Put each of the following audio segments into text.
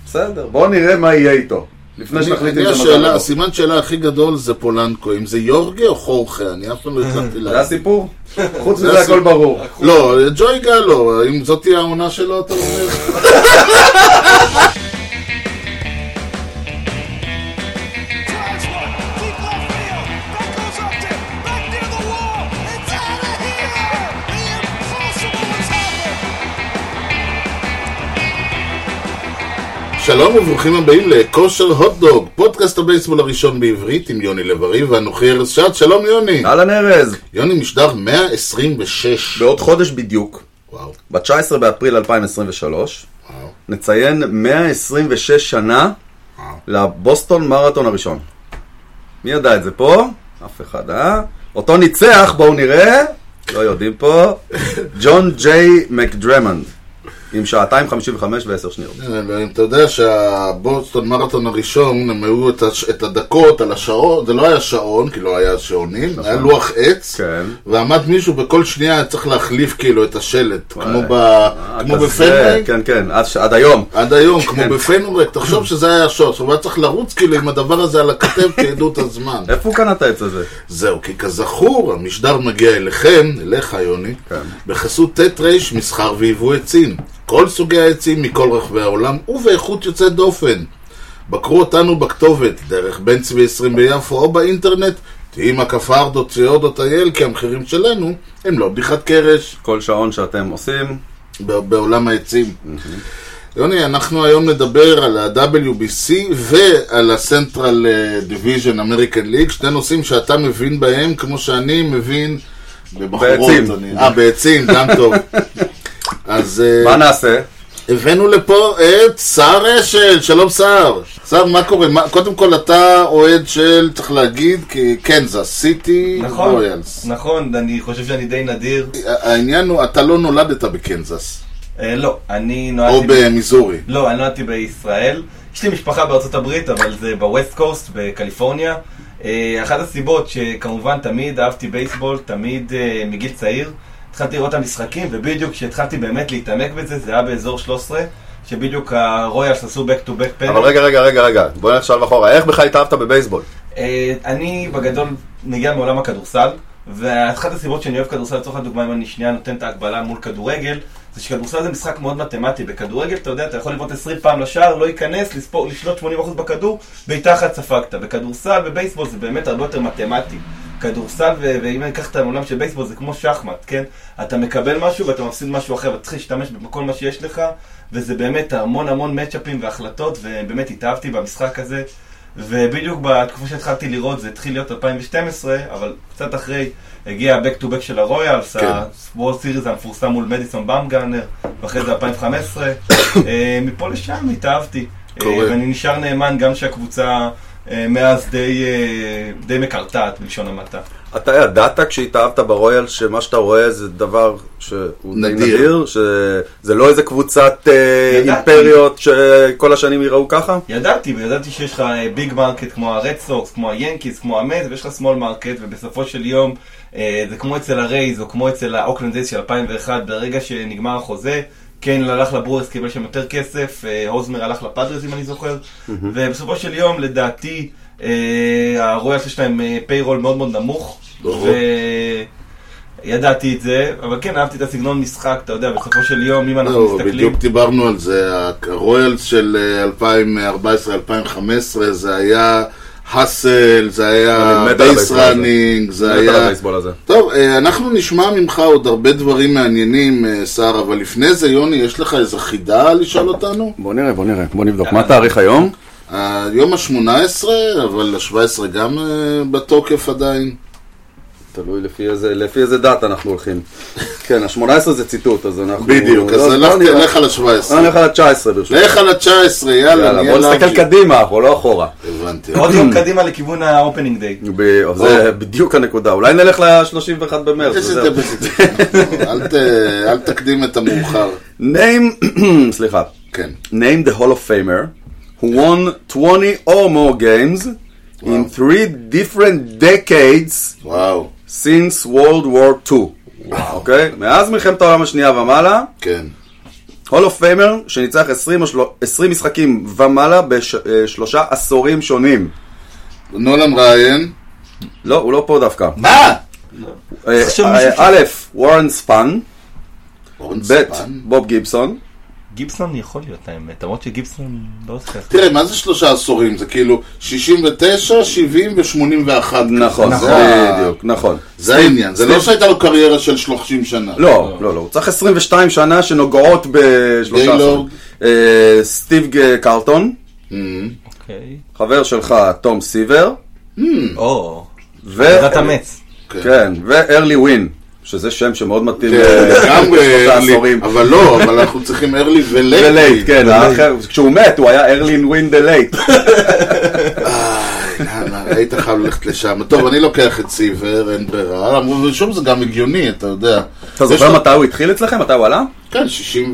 בסדר, בואו נראה מה יהיה איתו. לפני שנחליט אם זה מזל. הסימן שאלה הכי גדול זה פולנקו, אם זה יורגה או חורכה, אני אף פעם לא הצלחתי להגיד. זה הסיפור? חוץ מזה הכל ברור. לא, ג'ויגה לא, אם זאת תהיה העונה שלו, אתה אומר. שלום וברוכים הבאים לכושר הוטדוג, פודקאסט הבייסבול הראשון בעברית עם יוני לב-ארי ואנוכי ארז שץ. שלום יוני. אהלן ארז. יוני, משדר 126. בעוד חודש בדיוק. וואו. ב-19 באפריל 2023. וואו. נציין 126 שנה לבוסטון מרתון הראשון. מי ידע את זה פה? אף אחד, אותו ניצח, בואו נראה. לא יודעים פה. ג'ון ג'יי מקדרמונד. עם 2:55 ו10 שניות. אתה יודע שהבוסטון מרתון הראשון, הם היו את הדקות על השעון, זה לא היה שעון, כי לא היה שעונים, היה לוח עץ, ועמד מישהו בכל שנייה צריך להחליף כאילו את השלט, כמו בפנורק. כן, כן, עד היום. עד היום, כמו בפנורק, תחשוב שזה היה השעון, עכשיו היה צריך לרוץ כאילו עם הדבר הזה על הכתב כעדות הזמן. איפה הוא קנה את העץ הזה? זהו, כי כזכור, המשדר מגיע אליכם, אליך יוני, בחסות תת-רש, מסחר ויבוא עצים. כל סוגי העצים מכל רחבי העולם ובאיכות יוצאת דופן. בקרו אותנו בכתובת דרך בן צבי 20 ביפו או באינטרנט team@fard.co.il, כי המחירים שלנו הם לא בדיחת קרש. כל שעון שאתם עושים בעולם העצים. יוני, אנחנו היום נדבר על ה-WBC ועל ה-Central Division American League, שני נושאים שאתה מבין בהם כמו שאני מבין בבחורות. בעצים, גם טוב. אז מה נעשה? הבאנו לפה את שר אשל. שלום שר. שר, מה קורה? קודם כל אתה אוהד של, צריך להגיד, קנזס סיטי רויאלס. נכון, אני חושב שאני די נדיר. העניין הוא, אתה לא נולדת בקנזס. לא, אני נולדתי... או במיזורי. לא, אני נולדתי בישראל. יש לי משפחה בארצות הברית, אבל זה בווסט קוסט, בקליפורניה. אחת הסיבות שכמובן תמיד אהבתי בייסבול, תמיד מגיל צעיר. התחלתי לראות את המשחקים, ובדיוק כשהתחלתי באמת להתעמק בזה, זה היה באזור 13, שבדיוק הרויאלס עשו back to back פנל. אבל רגע, בוא נלך שלב אחורה, איך בכלל התאהבת בבייסבול? אני בגדול מגיע מעולם הכדורסל, ואחת הסיבות שאני אוהב כדורסל, לצורך הדוגמה, אם אני שנייה נותן את ההקבלה מול כדורגל, זה שכדורסל זה משחק מאוד מתמטי. בכדורגל, אתה יודע, אתה יכול לבנות 20 פעם לשער, לא ייכנס, לשלוט 80% בכדור, בעיטה אחת ספגת. בכדורסל ובייסבול זה באמת הרבה יותר מתמטי. כדורסל, ואם אני אקח את העולם של בייסבול, זה כמו שחמט, כן? אתה מקבל משהו ואתה מפסיד משהו אחר, ואתה צריך להשתמש בכל מה שיש לך, וזה באמת המון מצ'אפים והחלטות, ובאמת התאהבתי במשחק הזה, ובדיוק בתקופה שהתחלתי לראות, זה התחיל להיות 2012, אבל קצת אחרי הגיע ה-back to back של הרויאלס, ה-World Series המפורסם מול מדיסון במגרנר, ואחרי זה 2015, מפה לשם התאהבתי, ואני נשאר נאמן גם שהקבוצה מאז די מקרטעת בלשון המעטה. אתה ידעת כשהתאהבת ברויאלס שמה שאתה רואה זה דבר שהוא די נדיר, שזה לא איזה קבוצת אימפריות שכל השנים יראו ככה? ידעתי שיש לך ביג מרקט כמו הרד סוקס, כמו היאנקיס, כמו המט, ויש לך סמול מרקט, ובסופו של יום זה כמו אצל הרייז או כמו אצל האוקלנד אייז של 2001, ברגע שנגמר החוזה קיין הלך לברורס, קיבל שם יותר כסף, הוזמר הלך לפאדרס אם אני זוכר, ובסופו של יום לדעתי הרויאלס יש להם פיירול מאוד מאוד נמוך, וידעתי את זה, אבל כן אהבתי את הסגנון משחק, אתה יודע, בסופו של יום אם אנחנו מסתכלים... בדיוק דיברנו על זה, הרויאלס של 2014-2015 זה היה... הסל, זה היה בייס ראנינג, זה היה... טוב, אנחנו נשמע ממך עוד הרבה דברים מעניינים, שר, אבל לפני זה, יוני, יש לך איזו חידה לשאול אותנו? בוא נראה, בוא נבדוק. מה התאריך היום? היום ה-18, אבל ה-17 גם בתוקף עדיין. תלוי לפי איזה דת אנחנו הולכים. כן, ה-18 זה ציטוט, אז אנחנו... בדיוק, אז לך על ה-17. לך על ה-19 ברשת. לך על ה-19, יאללה. בוא נסתכל קדימה, או לא אחורה. הבנתי. עוד יום קדימה לכיוון האופנינג דיי. זה בדיוק הנקודה. אולי נלך ל-31 במרץ. אל תקדים את המאוחר. סליחה. כן. Name the Hall of Famer who won 20 or more games in 3 different decades since World War II. אוקיי? מאז מלחמת העולם השנייה ומעלה. כן. הול אוף פיימר שניצח 20 משחקים ומעלה בשלושה עשורים שונים. נולן ריין. לא, הוא לא פה דווקא. מה? א', וורן ספן. ב', בוב גיבסון. גיבסון יכול להיות האמת, למרות שגיבסון לא עושה. תראה, מה זה 3 עשורים? זה כאילו 69, 70 ו-81. נכון, בדיוק, נכון. זה העניין, זה לא שהייתה לו קריירה של 30 שנה. לא, הוא צריך 22 שנה שנוגעות בשלושה עשורים. סטיב קרלטון. חבר שלך, תום סיבר. עבודת המץ. כן, וארלי ווין. שזה שם שמאוד מתאים לעשורים. אבל לא, אבל אנחנו צריכים ארלי ולייט. כן, כשהוא מת הוא היה ארלי ווין דה לייט. היית חייב ללכת לשם. טוב, אני לוקח את סיבר, אין ברירה. ושום זה גם הגיוני, אתה יודע. אתה זוכר מתי הוא התחיל אצלכם? מתי הוא עלה? כן, 60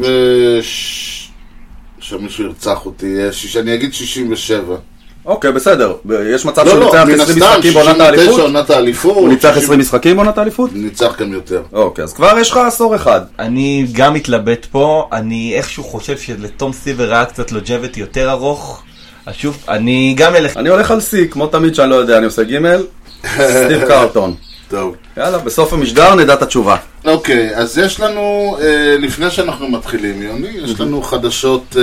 שמישהו ירצח אותי. אני אגיד 67. אוקיי, בסדר. יש מצב שהוא ניצח 20 משחקים בעונת האליפות? הוא ניצח 20 משחקים בעונת האליפות? הוא ניצח גם יותר. אוקיי, אז כבר יש לך עשור אחד. אני גם מתלבט פה, אני איכשהו חושב שלתום סיבר היה קצת לוג'בט יותר ארוך. אז שוב, אני גם אלך. אני הולך על C, כמו תמיד שאני לא יודע, אני עושה ג' סטיב קרלטון. טוב. יאללה, בסוף המשדר נדע את התשובה. אוקיי, אז יש לנו, לפני שאנחנו מתחילים, יוני, יש לנו חדשות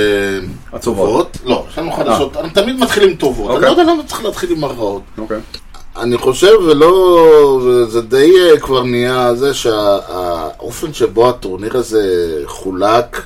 טובות. לא, יש לנו חדשות, אנחנו תמיד מתחילים טובות. אני לא יודע למה צריך להתחיל עם הרעות. אוקיי. אני חושב, זה די כבר נהיה זה שהאופן שבו הטורניר הזה חולק,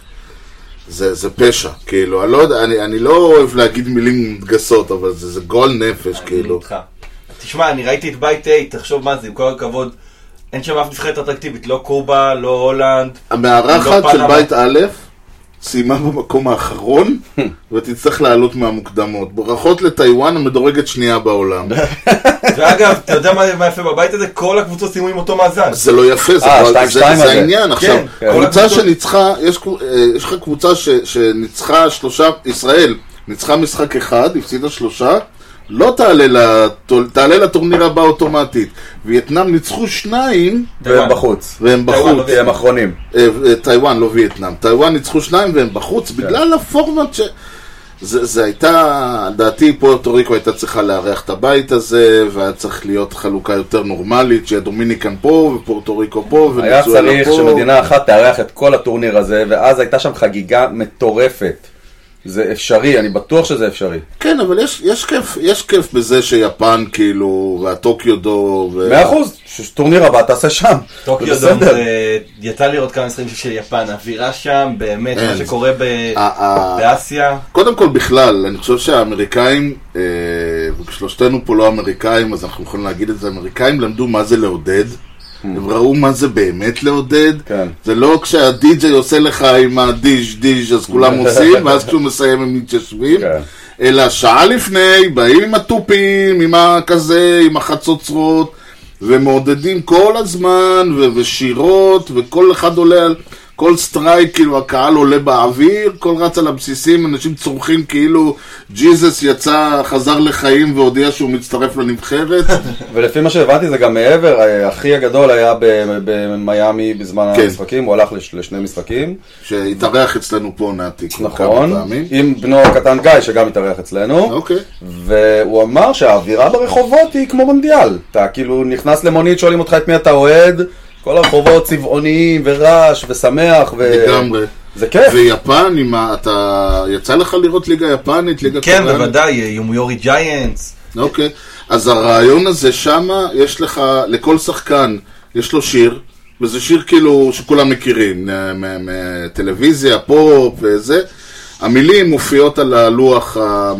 זה פשע, כאילו, אני לא יודע, אני לא אוהב להגיד מילים גסות, אבל זה גול נפש, כאילו. תשמע, אני ראיתי את בית A, תחשוב מה זה, עם כל הכבוד, אין שם אף נבחרת אטרקטיבית, לא קובה, לא הולנד. המארחת של בית א' סיימה במקום האחרון, ותצטרך לעלות מהמוקדמות. ברכות לטיואן המדורגת שנייה בעולם. ואגב, אתה יודע מה יפה בבית הזה? כל הקבוצות סיימו עם אותו מאזן. זה לא יפה, זה העניין. עכשיו, קבוצה שניצחה, יש לך קבוצה שניצחה 3, ישראל ניצחה משחק אחד, הפסידה 3, לא תעלה לטורניר הבא אוטומטית. וייטנאם ניצחו 2 והם בחוץ. הם אחרונים. טיואן, לא וייטנאם. טיואן ניצחו 2 והם בחוץ, בגלל הפורמט זה הייתה, דעתי פוארטו ריקו הייתה צריכה לארח את הבית הזה, והיה צריך להיות חלוקה יותר נורמלית, שיהיה דומיניקן פה ופוארטו ריקו פה. היה צריך שמדינה אחת תארח את כל הטורניר הזה, ואז הייתה שם חגיגה מטורפת. זה אפשרי, אני בטוח שזה אפשרי. כן, אבל יש כיף בזה שיפן כאילו, והטוקיו דו... 100%, שטורניר הבא תעשה שם. טוקיו דו, יצא לראות כמה משחקים של יפן, אווירה שם, באמת, מה שקורה באסיה. קודם כל בכלל, אני חושב שהאמריקאים, וכשלושתנו פה לא אמריקאים, אז אנחנו יכולים להגיד את זה, האמריקאים למדו מה זה לעודד. הם ראו מה זה באמת לעודד. זה לא כשהדי-ג'יי עושה לך עם הדיש אז כולם עושים, ואז כשהוא מסיים הם מתיישבים, אלא שעה לפני באים עם הטופים, עם הכזה, עם החצוצרות, ומעודדים כל הזמן, ושירות, וכל אחד עולה על כל סטרייק, כאילו הקהל עולה באוויר, כל רץ על הבסיסים, אנשים צורכים כאילו ג'יזוס יצא, חזר לחיים והודיע שהוא מצטרף לנבחרת. ולפי מה שהבנתי זה גם מעבר, אחי הגדול היה במיימי בזמן המשחקים, הוא הלך לשני משחקים. שהתארח אצלנו פה נעתי. נכון, עם בנו הקטן גיא שגם התארח אצלנו. אוקיי. והוא אמר שהאווירה ברחובות היא כמו מונדיאל. אתה כאילו נכנס למונית, שואלים אותך את מי אתה אוהד, כל הרחובות צבעוניים ורעש ושמח לגמרי. זה כיף. ויפן, אתה יצא לך לראות ליגה יפנית, ליגה כן, בוודאי, יומיורי ג'יינטס. אוקיי, אז הרעיון הזה שמה, יש לך, לכל שחקן, יש לו שיר, וזה שיר כאילו שכולם מכירים, מטלוויזיה, פופ וזה. המילים מופיעות על הלוח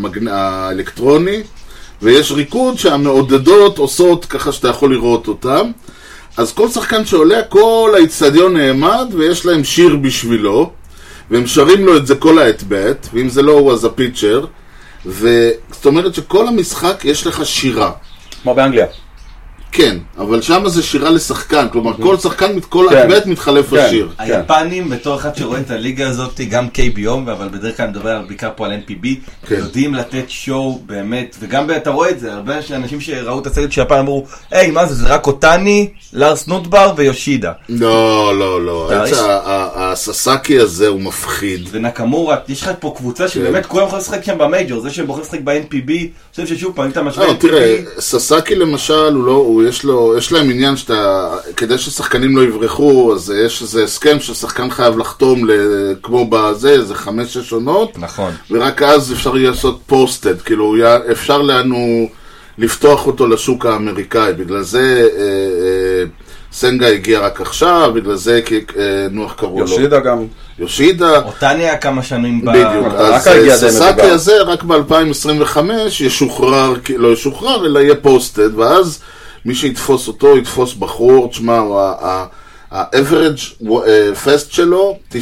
האלקטרוני, ויש ריקוד שהמעודדות עושות ככה שאתה יכול לראות אותם. אז כל שחקן שעולה, כל האצטדיון נעמד, ויש להם שיר בשבילו, והם שרים לו את זה כל האט-בט, ואם זה לא הוא אז הפיצ'ר, זאת אומרת שכל המשחק יש לך שירה. כמו באנגליה. כן, אבל שם זה שירה לשחקן, כלומר כל שחקן, כל הבית מתחלף לשיר. היפנים, בתור אחד שרואה את הליגה הזאת, גם KBO, אבל בדרך כלל מדבר בעיקר פה על NPB, יודעים לתת שואו באמת, וגם אתה רואה את זה, הרבה אנשים שראו את הסרט של יפן אמרו, היי, מה זה, זה רק אותני, לארס נוטבר ויושידה. לא, הססקי הזה הוא מפחיד. ונקמורה, יש לך פה קבוצה שבאמת כולם יכולים לשחק שם במייג'ור, זה שהם בוחרים לשחק ב-NPB, אני חושב ששוב פעם, אם אתה משווה NPB... תראה, ססקי למשל, יש להם עניין כדי ששחקנים לא יברחו, אז יש איזה הסכם ששחקן חייב לחתום כמו בזה, זה 5-6 עונות. נכון. ורק אז אפשר לעשות פוסטד, כאילו אפשר לנו לפתוח אותו לשוק האמריקאי, בגלל זה סנגה הגיע רק עכשיו, בגלל זה נוח קראו לו. יושידה גם. יושידה. אותני היה כמה שנים בדיוק, אז ססקי הזה רק ב-2025 ישוחרר, לא ישוחרר, אלא יהיה פוסטד, ואז מי שיתפוס אותו, יתפוס בחור, תשמע, ה-average fast שלו, 98.4.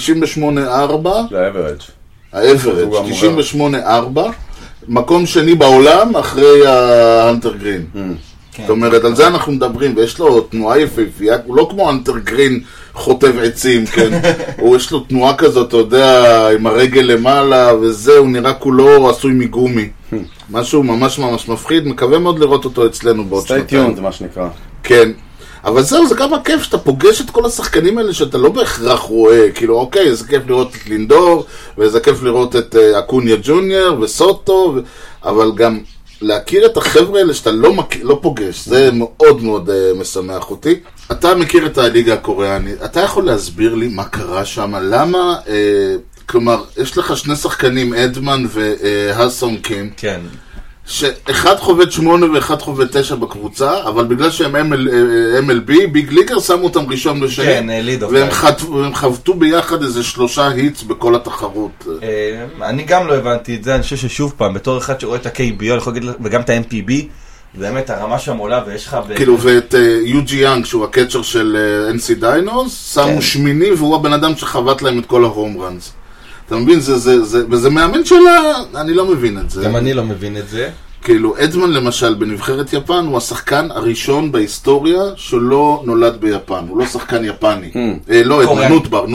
ה-average, 98.4. מקום שני בעולם, אחרי ההנטר גרין. זאת אומרת, על זה אנחנו מדברים, ויש לו תנועה יפהפייה, הוא לא כמו הנטר גרין חוטב עצים, כן? יש לו תנועה כזאת, אתה יודע, עם הרגל למעלה, וזה, הוא נראה כולו עשוי מגומי. משהו ממש ממש מפחיד, מקווה מאוד לראות אותו אצלנו בעוד שנתיים. Stay tuned, מה שנקרא. כן. אבל זהו, זה גם הכיף שאתה פוגש את כל השחקנים האלה שאתה לא בהכרח רואה, כאילו אוקיי, זה כיף לראות את לינדור, וזה כיף לראות את אקוניה ג'וניור וסוטו, אבל גם להכיר את החבר'ה האלה שאתה לא פוגש, זה מאוד מאוד משמח אותי. אתה מכיר את הליגה הקוריאנית, אתה יכול להסביר לי מה קרה שם, למה, כלומר, יש לך שני שחקנים, אדמן והסון קים, כן. שאחד חובד 8 ואחד חובד 9 בקבוצה, אבל בגלל שהם MLB, ביג ליגר שמו אותם ראשון לשני, כן, לידו. והם חבטו ביחד איזה 3 היטס בכל התחרות. אני גם לא הבנתי את זה, אני חושב ששוב פעם, בתור אחד שרואה את ה-KBO, וגם את ה-MPB, באמת הרמה שם עולה, ויש לך... כאילו, ואת יוג'י יאנג, שהוא הקצ'ר של NC דיינוס, שמו שמיני, והוא הבן אדם שחבט להם את כל ההום ראנס. אתה מבין, וזה מאמן שלה, אני לא מבין את זה. גם אני לא מבין את זה. כאילו, אדמן למשל, בנבחרת יפן, הוא השחקן הראשון בהיסטוריה שלא נולד ביפן. הוא לא שחקן יפני. לא, אדמן,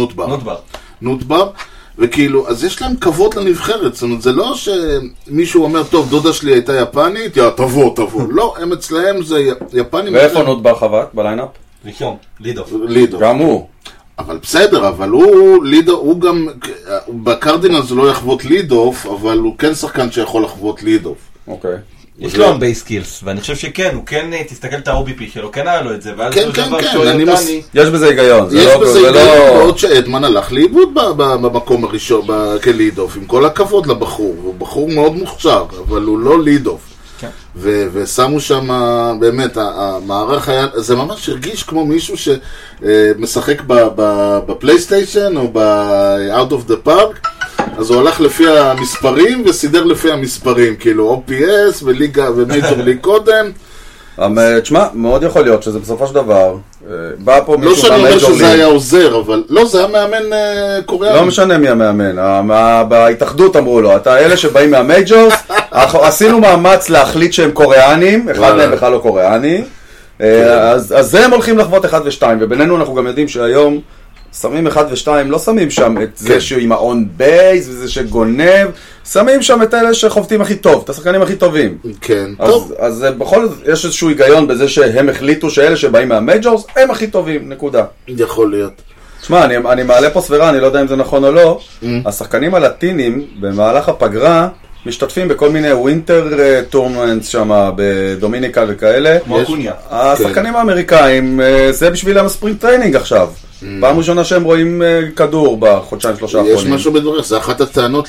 נוטבר. וכאילו, אז יש להם כבוד לנבחרת. זאת אומרת, זה לא שמישהו אומר, טוב, דודה שלי הייתה יפנית, תבוא. לא, הם אצלהם זה יפנים. ואיפה נוטבר חבט בליינאפ? ראשון, לידוף. גם הוא. אבל בסדר, אבל הוא גם, בקרדינלס לא יחוות לידוף, אבל הוא כן שחקן שיכול לחוות לידוף. אוקיי. יש לו הרבה סקילס, ואני חושב שכן, הוא כן, תסתכל את ה-OBP שלו, כן היה לו את זה, ואז כן, יש בזה היגיון. יש בזה היגיון, בעוד שאדמן הלך לאיבוד במקום הראשון, כלידוף, עם כל הכבוד לבחור, הוא בחור מאוד מוכשר, אבל הוא לא לידוף. ושמו שם, באמת, המערך היה, זה ממש הרגיש כמו מישהו שמשחק בפלייסטיישן או ב-Out of the Park, אז הוא הלך לפי המספרים וסידר לפי המספרים, כאילו OPS וליגה ומייג'ור ליג קודם. תשמע, מאוד יכול להיות שזה בסופו של דבר בא פה מישהו לא שאני אומר שזה היה עוזר, אבל לא, זה היה מאמן קוריאני. לא משנה מי המאמן, בהתאחדות אמרו לו, אתה אלה שבאים מהמייג'ורס, עשינו מאמץ להחליט שהם קוריאנים, אחד מהם בכלל לא קוריאני, אז זה הם הולכים לחוות 1 ו-2, ובינינו אנחנו גם יודעים שהיום שמים 1 ו-2, לא שמים שם את זה שהוא עם האון בייס וזה שגונב, שמים שם את אלה שחובטים הכי טוב, את השחקנים הכי טובים. כן, טוב. אז בכל זאת יש איזשהו היגיון בזה שהם החליטו שאלה שבאים מהמייג'ורס הם הכי טובים, נקודה. יכול להיות. תשמע, אני מעלה פה סברה, אני לא יודע אם זה נכון או לא, השחקנים הלטינים במהלך הפגרה משתתפים בכל מיני ווינטר טורנמנטס שם בדומיניקה וכאלה. כמו אקוניה. השחקנים האמריקאים, זה בשבילם הספרינג טריינינג עכשיו. פעם ראשונה שהם רואים כדור בחודשיים 3 האחרונים. יש משהו בדברך, זה אחת הטענות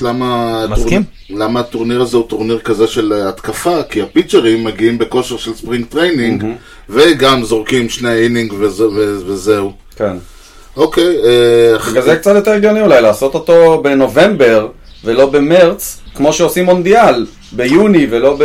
למה הטורניר הזה הוא טורניר כזה של התקפה, כי הפיצ'רים מגיעים בכושר של ספרינג טריינינג, וגם זורקים 2 אינינג וזהו. כן. אוקיי. בגלל זה קצת יותר הגיוני אולי לעשות אותו בנובמבר ולא במרץ, כמו שעושים מונדיאל. ביוני ולא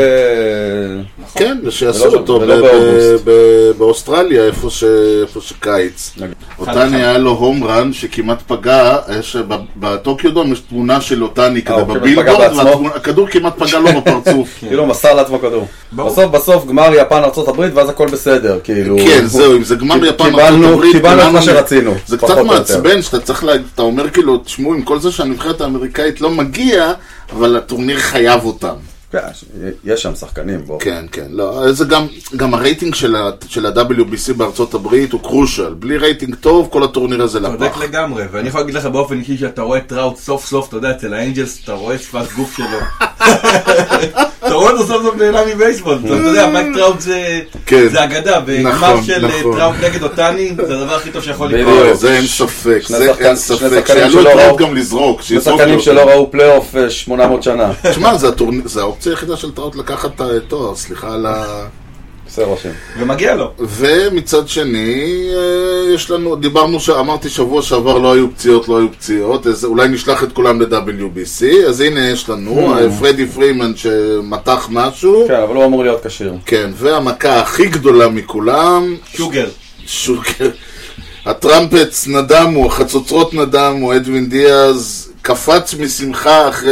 כן, ושיעשו אותו באוסטרליה, איפה שקיץ. אותני היה לו הום רן שכמעט פגע, בטוקיו דום יש תמונה של אותני כזה בבילבורד, והכדור כמעט פגע לו בפרצוף. כאילו מסר לעצמו כדור. בסוף גמר יפן ארצות הברית ואז הכל בסדר. כן, זהו, אם זה גמר יפן ארצות הברית, קיבלנו את מה שרצינו. זה קצת מעצבן שאתה צריך להגיד, אתה אומר כאילו, תשמעו, עם כל זה שהנבחרת האמריקאית לא מגיע, אבל הטורניר חייב אותם. יש שם שחקנים בו. כן, כן, לא, זה גם הרייטינג של ה-WBC בארצות הברית הוא קרושל, בלי רייטינג טוב כל הטורניר הזה לפח. צודק לגמרי, ואני יכול להגיד לך באופן אישי שאתה רואה טראוט סוף סוף, אתה יודע, אצל האנג'לס אתה רואה שפת גוף שלו. אתה רואה אותו סוף סוף נהנה מבייסבול, אתה יודע, מייק טראוט זה אגדה, וגמר של טראוט נגד אותני זה הדבר הכי טוב שיכול לקרות. זה אין ספק, זה אין ספק, שיעלו את טראוט גם לזרוק. שחקנים שלא ראו פלייאוף 800 שנה. תשמע, זה האופציה היחידה של טראוט לקחת את התואר, סליחה על ה... ומגיע לו. ומצד שני, יש לנו, אמרתי שבוע שעבר לא היו פציעות, אז אולי נשלח את כולם ל-WBC, אז הנה יש לנו, פרדי פרימן שמתח משהו. כן, אבל הוא אמור להיות קשיר. כן, והמכה הכי גדולה מכולם. שוגר. הטראמפטס נדמו, החצוצרות נדמו, אדווין דיאז קפץ משמחה אחרי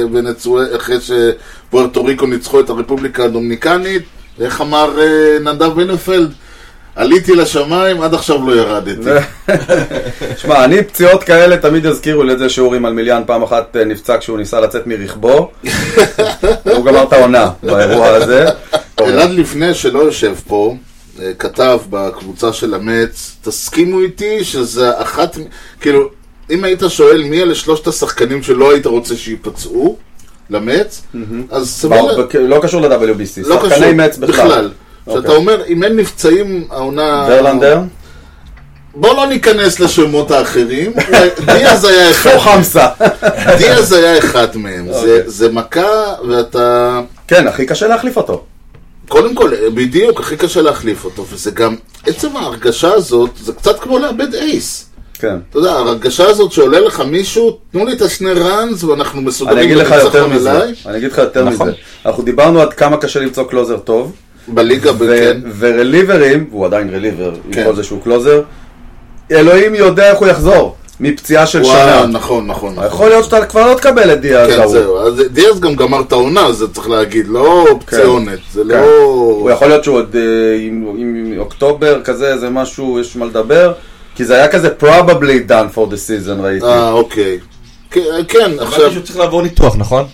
שפוארטו ריקו ניצחו את הרפובליקה הדומיניקנית. איך אמר נדב בנפלד? עליתי לשמיים, עד עכשיו לא ירדתי. שמע, אני פציעות כאלה תמיד יזכירו לזה שיעורים על מיליאן, פעם אחת נפצע כשהוא ניסה לצאת מרכבו, והוא גמר את העונה באירוע הזה. אלעד לפני שלא יושב פה, כתב בקבוצה של המץ, תסכימו איתי שזה אחת, כאילו, אם היית שואל מי אלה שלושת השחקנים שלא היית רוצה שיפצעו, למץ, אז לא קשור ל-WBC, שחקני מצ בכלל. שאתה אומר, אם אין נפצעים העונה... ורלנדר? בוא לא ניכנס לשמות האחרים, דיאז היה אחד. חמסה. דיאז היה אחד מהם. זה מכה ואתה... כן, הכי קשה להחליף אותו. קודם כל, בדיוק, הכי קשה להחליף אותו, וזה גם, עצם ההרגשה הזאת, זה קצת כמו לאבד אייס. כן. אתה יודע, ההרגשה הזאת שעולה לך מישהו, תנו לי את השני ראנס ואנחנו מסודרים. אני אגיד לך יותר מזה. אנחנו דיברנו עד כמה קשה למצוא קלוזר טוב. בליגה, כן. ורליברים, והוא עדיין רליבר, עם כל זה שהוא קלוזר, אלוהים יודע איך הוא יחזור. מפציעה של שנה. נכון. יכול להיות שאתה כבר לא תקבל את דיאז. כן, זהו. דיאז גם גמר את העונה, זה צריך להגיד, לא פציונת. זה לא... הוא יכול להיות שהוא עוד עם אוקטובר כזה, זה משהו, יש מה לדבר. כי זה היה כזה probably done for the season, ראיתי. אוקיי. כן, עכשיו... אבל צריך לעבור ניתוח, נכון?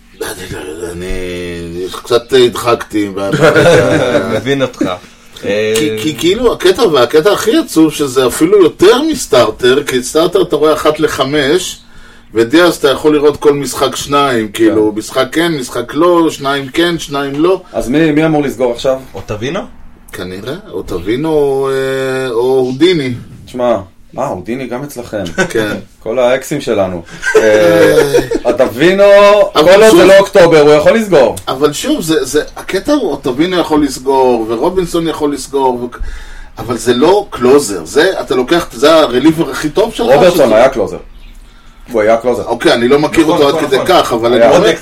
אני קצת הדחקתי. מבין אותך. כי כאילו הקטע הכי עצוב שזה אפילו יותר מסטארטר, כי סטארטר אתה רואה 1-5, ודיאז אתה יכול לראות כל משחק 2, כאילו משחק כן, משחק לא, 2 כן, 2 לא. אז מי אמור לסגור עכשיו? אוטבינו? כנראה, אוטבינו או הודיני. תשמע, הודיני גם אצלכם. כן. כל האקסים שלנו. אוטבינו, כל עוד זה לא אוקטובר, הוא יכול לסגור. אבל שוב, הקטע הוא, אוטבינו יכול לסגור, ורובינסון יכול לסגור, אבל זה לא קלוזר. אתה לוקח, זה הרליבר הכי טוב שלך. רוברטסון היה קלוזר. הוא היה קלוזר. אוקיי, אני לא מכיר אותו עד כדי כך, אבל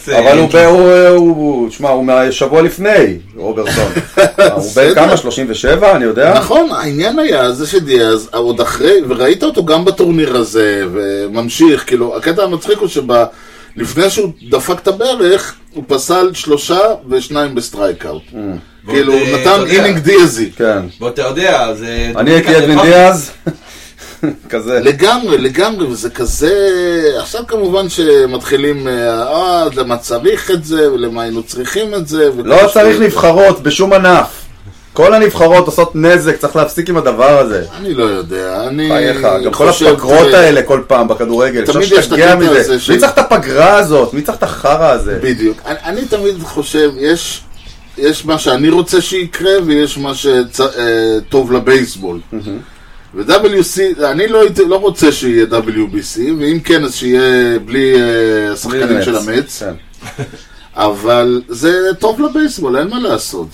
הוא מהשבוע לפני, רוברטסון. הוא בין כמה? 37, אני יודע? נכון, העניין היה זה שדיאז, עוד אחרי, וראית אותו גם בטורניר הזה, וממשיך, כאילו, הקטע המצחיק הוא לפני שהוא דפק את הברך, הוא פסל 3 ו2 בסטרייקאוט. כאילו, הוא נתן אינינג דיאזי. כן. ואתה יודע, אני הייתי אדווין דיאז. כזה. לגמרי, וזה כזה, עכשיו כמובן שמתחילים, למה צריך את זה, ולמה היינו צריכים את זה. לא צריך נבחרות בשום ענף. כל הנבחרות עושות נזק, צריך להפסיק עם הדבר הזה. אני לא יודע, גם כל הפגרות האלה כל פעם בכדורגל, תמיד יש את הקטע הזה. מי צריך את הפגרה הזאת? מי צריך את החרא הזה? בדיוק. אני תמיד חושב, יש מה שאני רוצה שיקרה, ויש מה שטוב לבייסבול. ו-WC, אני לא רוצה שיהיה WBC, ואם כן אז שיהיה בלי השחקנים של המץ, אבל זה טוב לבייסבול, אין מה לעשות,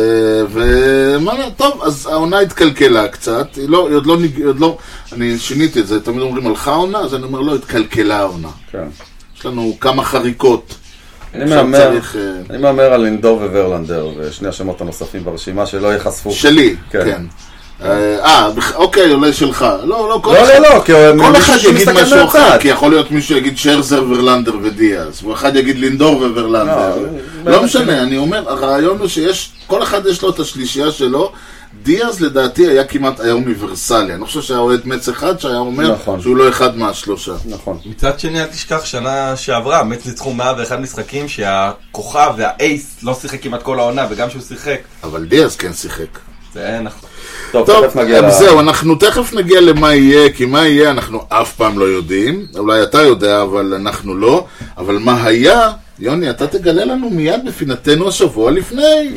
טוב, אז העונה התקלקלה קצת, אני שיניתי את זה, תמיד אומרים הלכה העונה, אז אני אומר לא, התקלקלה העונה. יש לנו כמה חריקות אני מאמר על לינדור וורלנדר, ושני השמות הנוספים ברשימה שלא יחשפו. שלי, כן. אוקיי, אולי שלך. לא, כל אחד יגיד משהו אחר, כי יכול להיות מישהו יגיד שרזר, ורלנדר ודיאז, ואחד יגיד לינדור וורלנדר. לא משנה, אני אומר, הרעיון הוא שיש, כל אחד יש לו את השלישייה שלו. דיאז לדעתי היה כמעט היה אוניברסלי, אני חושב שהיה אוהד מצ אחד שהיה אומר שהוא לא אחד מהשלושה. נכון. מצד שני, אל תשכח, שנה שעברה, מצ ניצחו 101 משחקים שהכוכב והאייס לא שיחק כמעט כל העונה, וגם שהוא שיחק. אבל דיאז כן שיחק. זה נכון. טוב, זהו, אנחנו תכף נגיע למה יהיה, כי מה יהיה אנחנו אף פעם לא יודעים, אולי אתה יודע, אבל אנחנו לא, אבל מה היה, יוני, אתה תגלה לנו מיד בפינתנו השבוע לפני.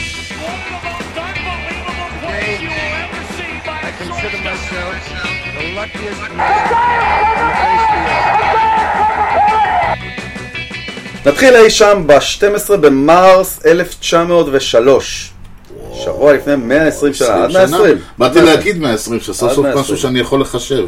נתחיל אי שם ב-12 במרס 1903, שבוע לפני 120 שנה, עד 120. באתי להגיד 120, שסוף סוף משהו שאני יכול לחשב.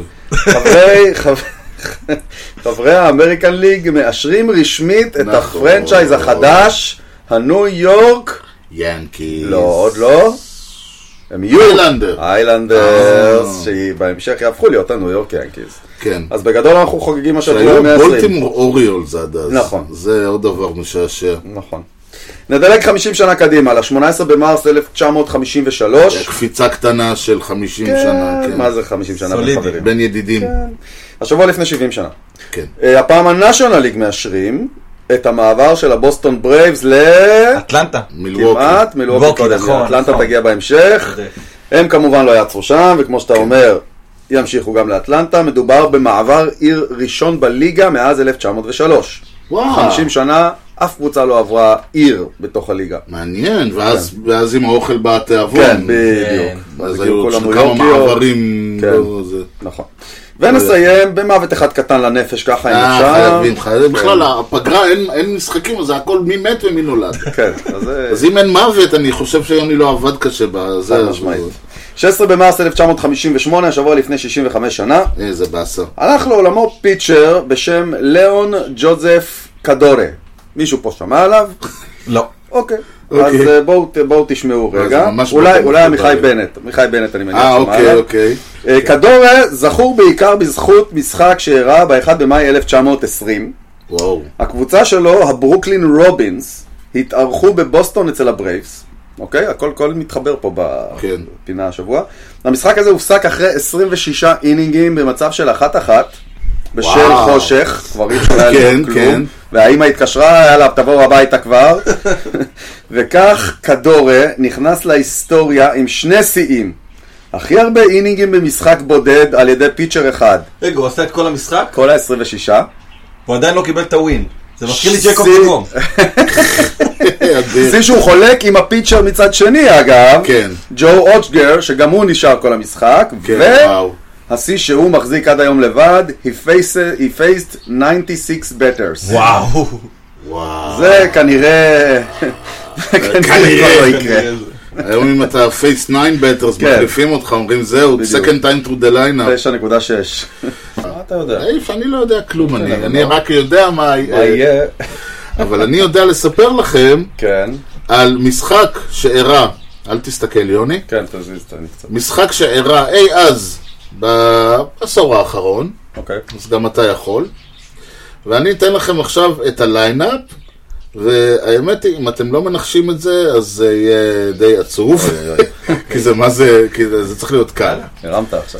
חברי האמריקן ליג מאשרים רשמית את הפרנצ'ייז החדש, הניו יורק ינקיז. לא, עוד לא. הם יהיו איילנדרס, שבהמשך יהפכו להיות הניו יורק ינקיז. כן. אז בגדול אנחנו חוגגים השבוע 120. בולטימור אוריולס עד אז. נכון. זה עוד דבר משעשע. נכון. נדלג 50 שנה קדימה, ל-18 במרס 1953. קפיצה קטנה של 50 שנה. כן, מה זה 50 שנה? סולידי. בין ידידים. השבוע לפני 70 שנה. כן. הפעם הנשיונל ליג מאשרים את המעבר של הבוסטון ברייבס אטלנטה. כמעט, מילווקי קודם. אטלנטה תגיע בהמשך. הם כמובן לא יעצרו שם, וכמו שאתה אומר, ימשיכו גם לאטלנטה. מדובר במעבר עיר ראשון בליגה מאז 1903. 50 שנה, אף קבוצה לא עברה עיר בתוך הליגה. מעניין, ואז עם האוכל בא התיאבון. כן, בדיוק. אז היו כמה מעברים. נכון. ונסיים במוות אחד קטן לנפש, ככה אם אפשר. חייבים. בכלל, הפגרה אין משחקים, אז זה הכל מי מת ומי נולד. כן. אז אם אין מוות, אני חושב שיוני לא עבד קשה בזה. 16 במרס 1958, השבוע לפני 65 שנה. איזה באסה. הלך לעולמו פיצ'ר בשם ליאון ג'וזף קדורה. מישהו פה שמע עליו? לא. אוקיי. אז בואו תשמעו רגע. אולי מיכאי בנט אני מניח שמע עליו. קדורה זכור בעיקר בזכות משחק שאירע ב-1 במאי 1920. הקבוצה שלו, הברוקלין רובינס, התארחו בבוסטון אצל הברייבס. אוקיי? הכל מתחבר פה בפינה השבוע. המשחק הזה הופסק אחרי 26 אינינגים במצב של 1-1 בשל חושך, כבר אי אפשר היה להיות כלום, והאמא התקשרה, יאללה, תבואו הביתה כבר. וכך קדורה נכנס להיסטוריה עם שני שיאים. הכי הרבה אינינגים במשחק בודד על ידי פיצ'ר אחד. רגע, הוא עשה את כל המשחק? כל ה-26. הוא עדיין לא קיבל את הווין. זה מזכיר לי ג'קוב דגום. זה שהוא חולק עם הפיצ'ר מצד שני, אגב. ג'ו אוצ'גר, שגם הוא נשאר כל המשחק. והשיא שהוא מחזיק עד היום לבד, he faced 96 batters. וואו. זה כנראה לא יקרה. היום אם אתה face 9 batters, מחליפים אותך, אומרים זהו, second time through the lineup. 9.6. מה אתה יודע? אני לא יודע כלום, אני רק יודע מה יהיה. אבל אני יודע לספר לכם על משחק שאירע, אל תסתכל יוני, משחק שאירע אי אז בעשור האחרון, אז גם אתה יכול, ואני אתן לכם עכשיו את הליינאפ, והאמת היא, אם אתם לא מנחשים את זה, אז זה יהיה די עצוב, כי זה מה זה, כי זה צריך להיות קל. הרמת עכשיו.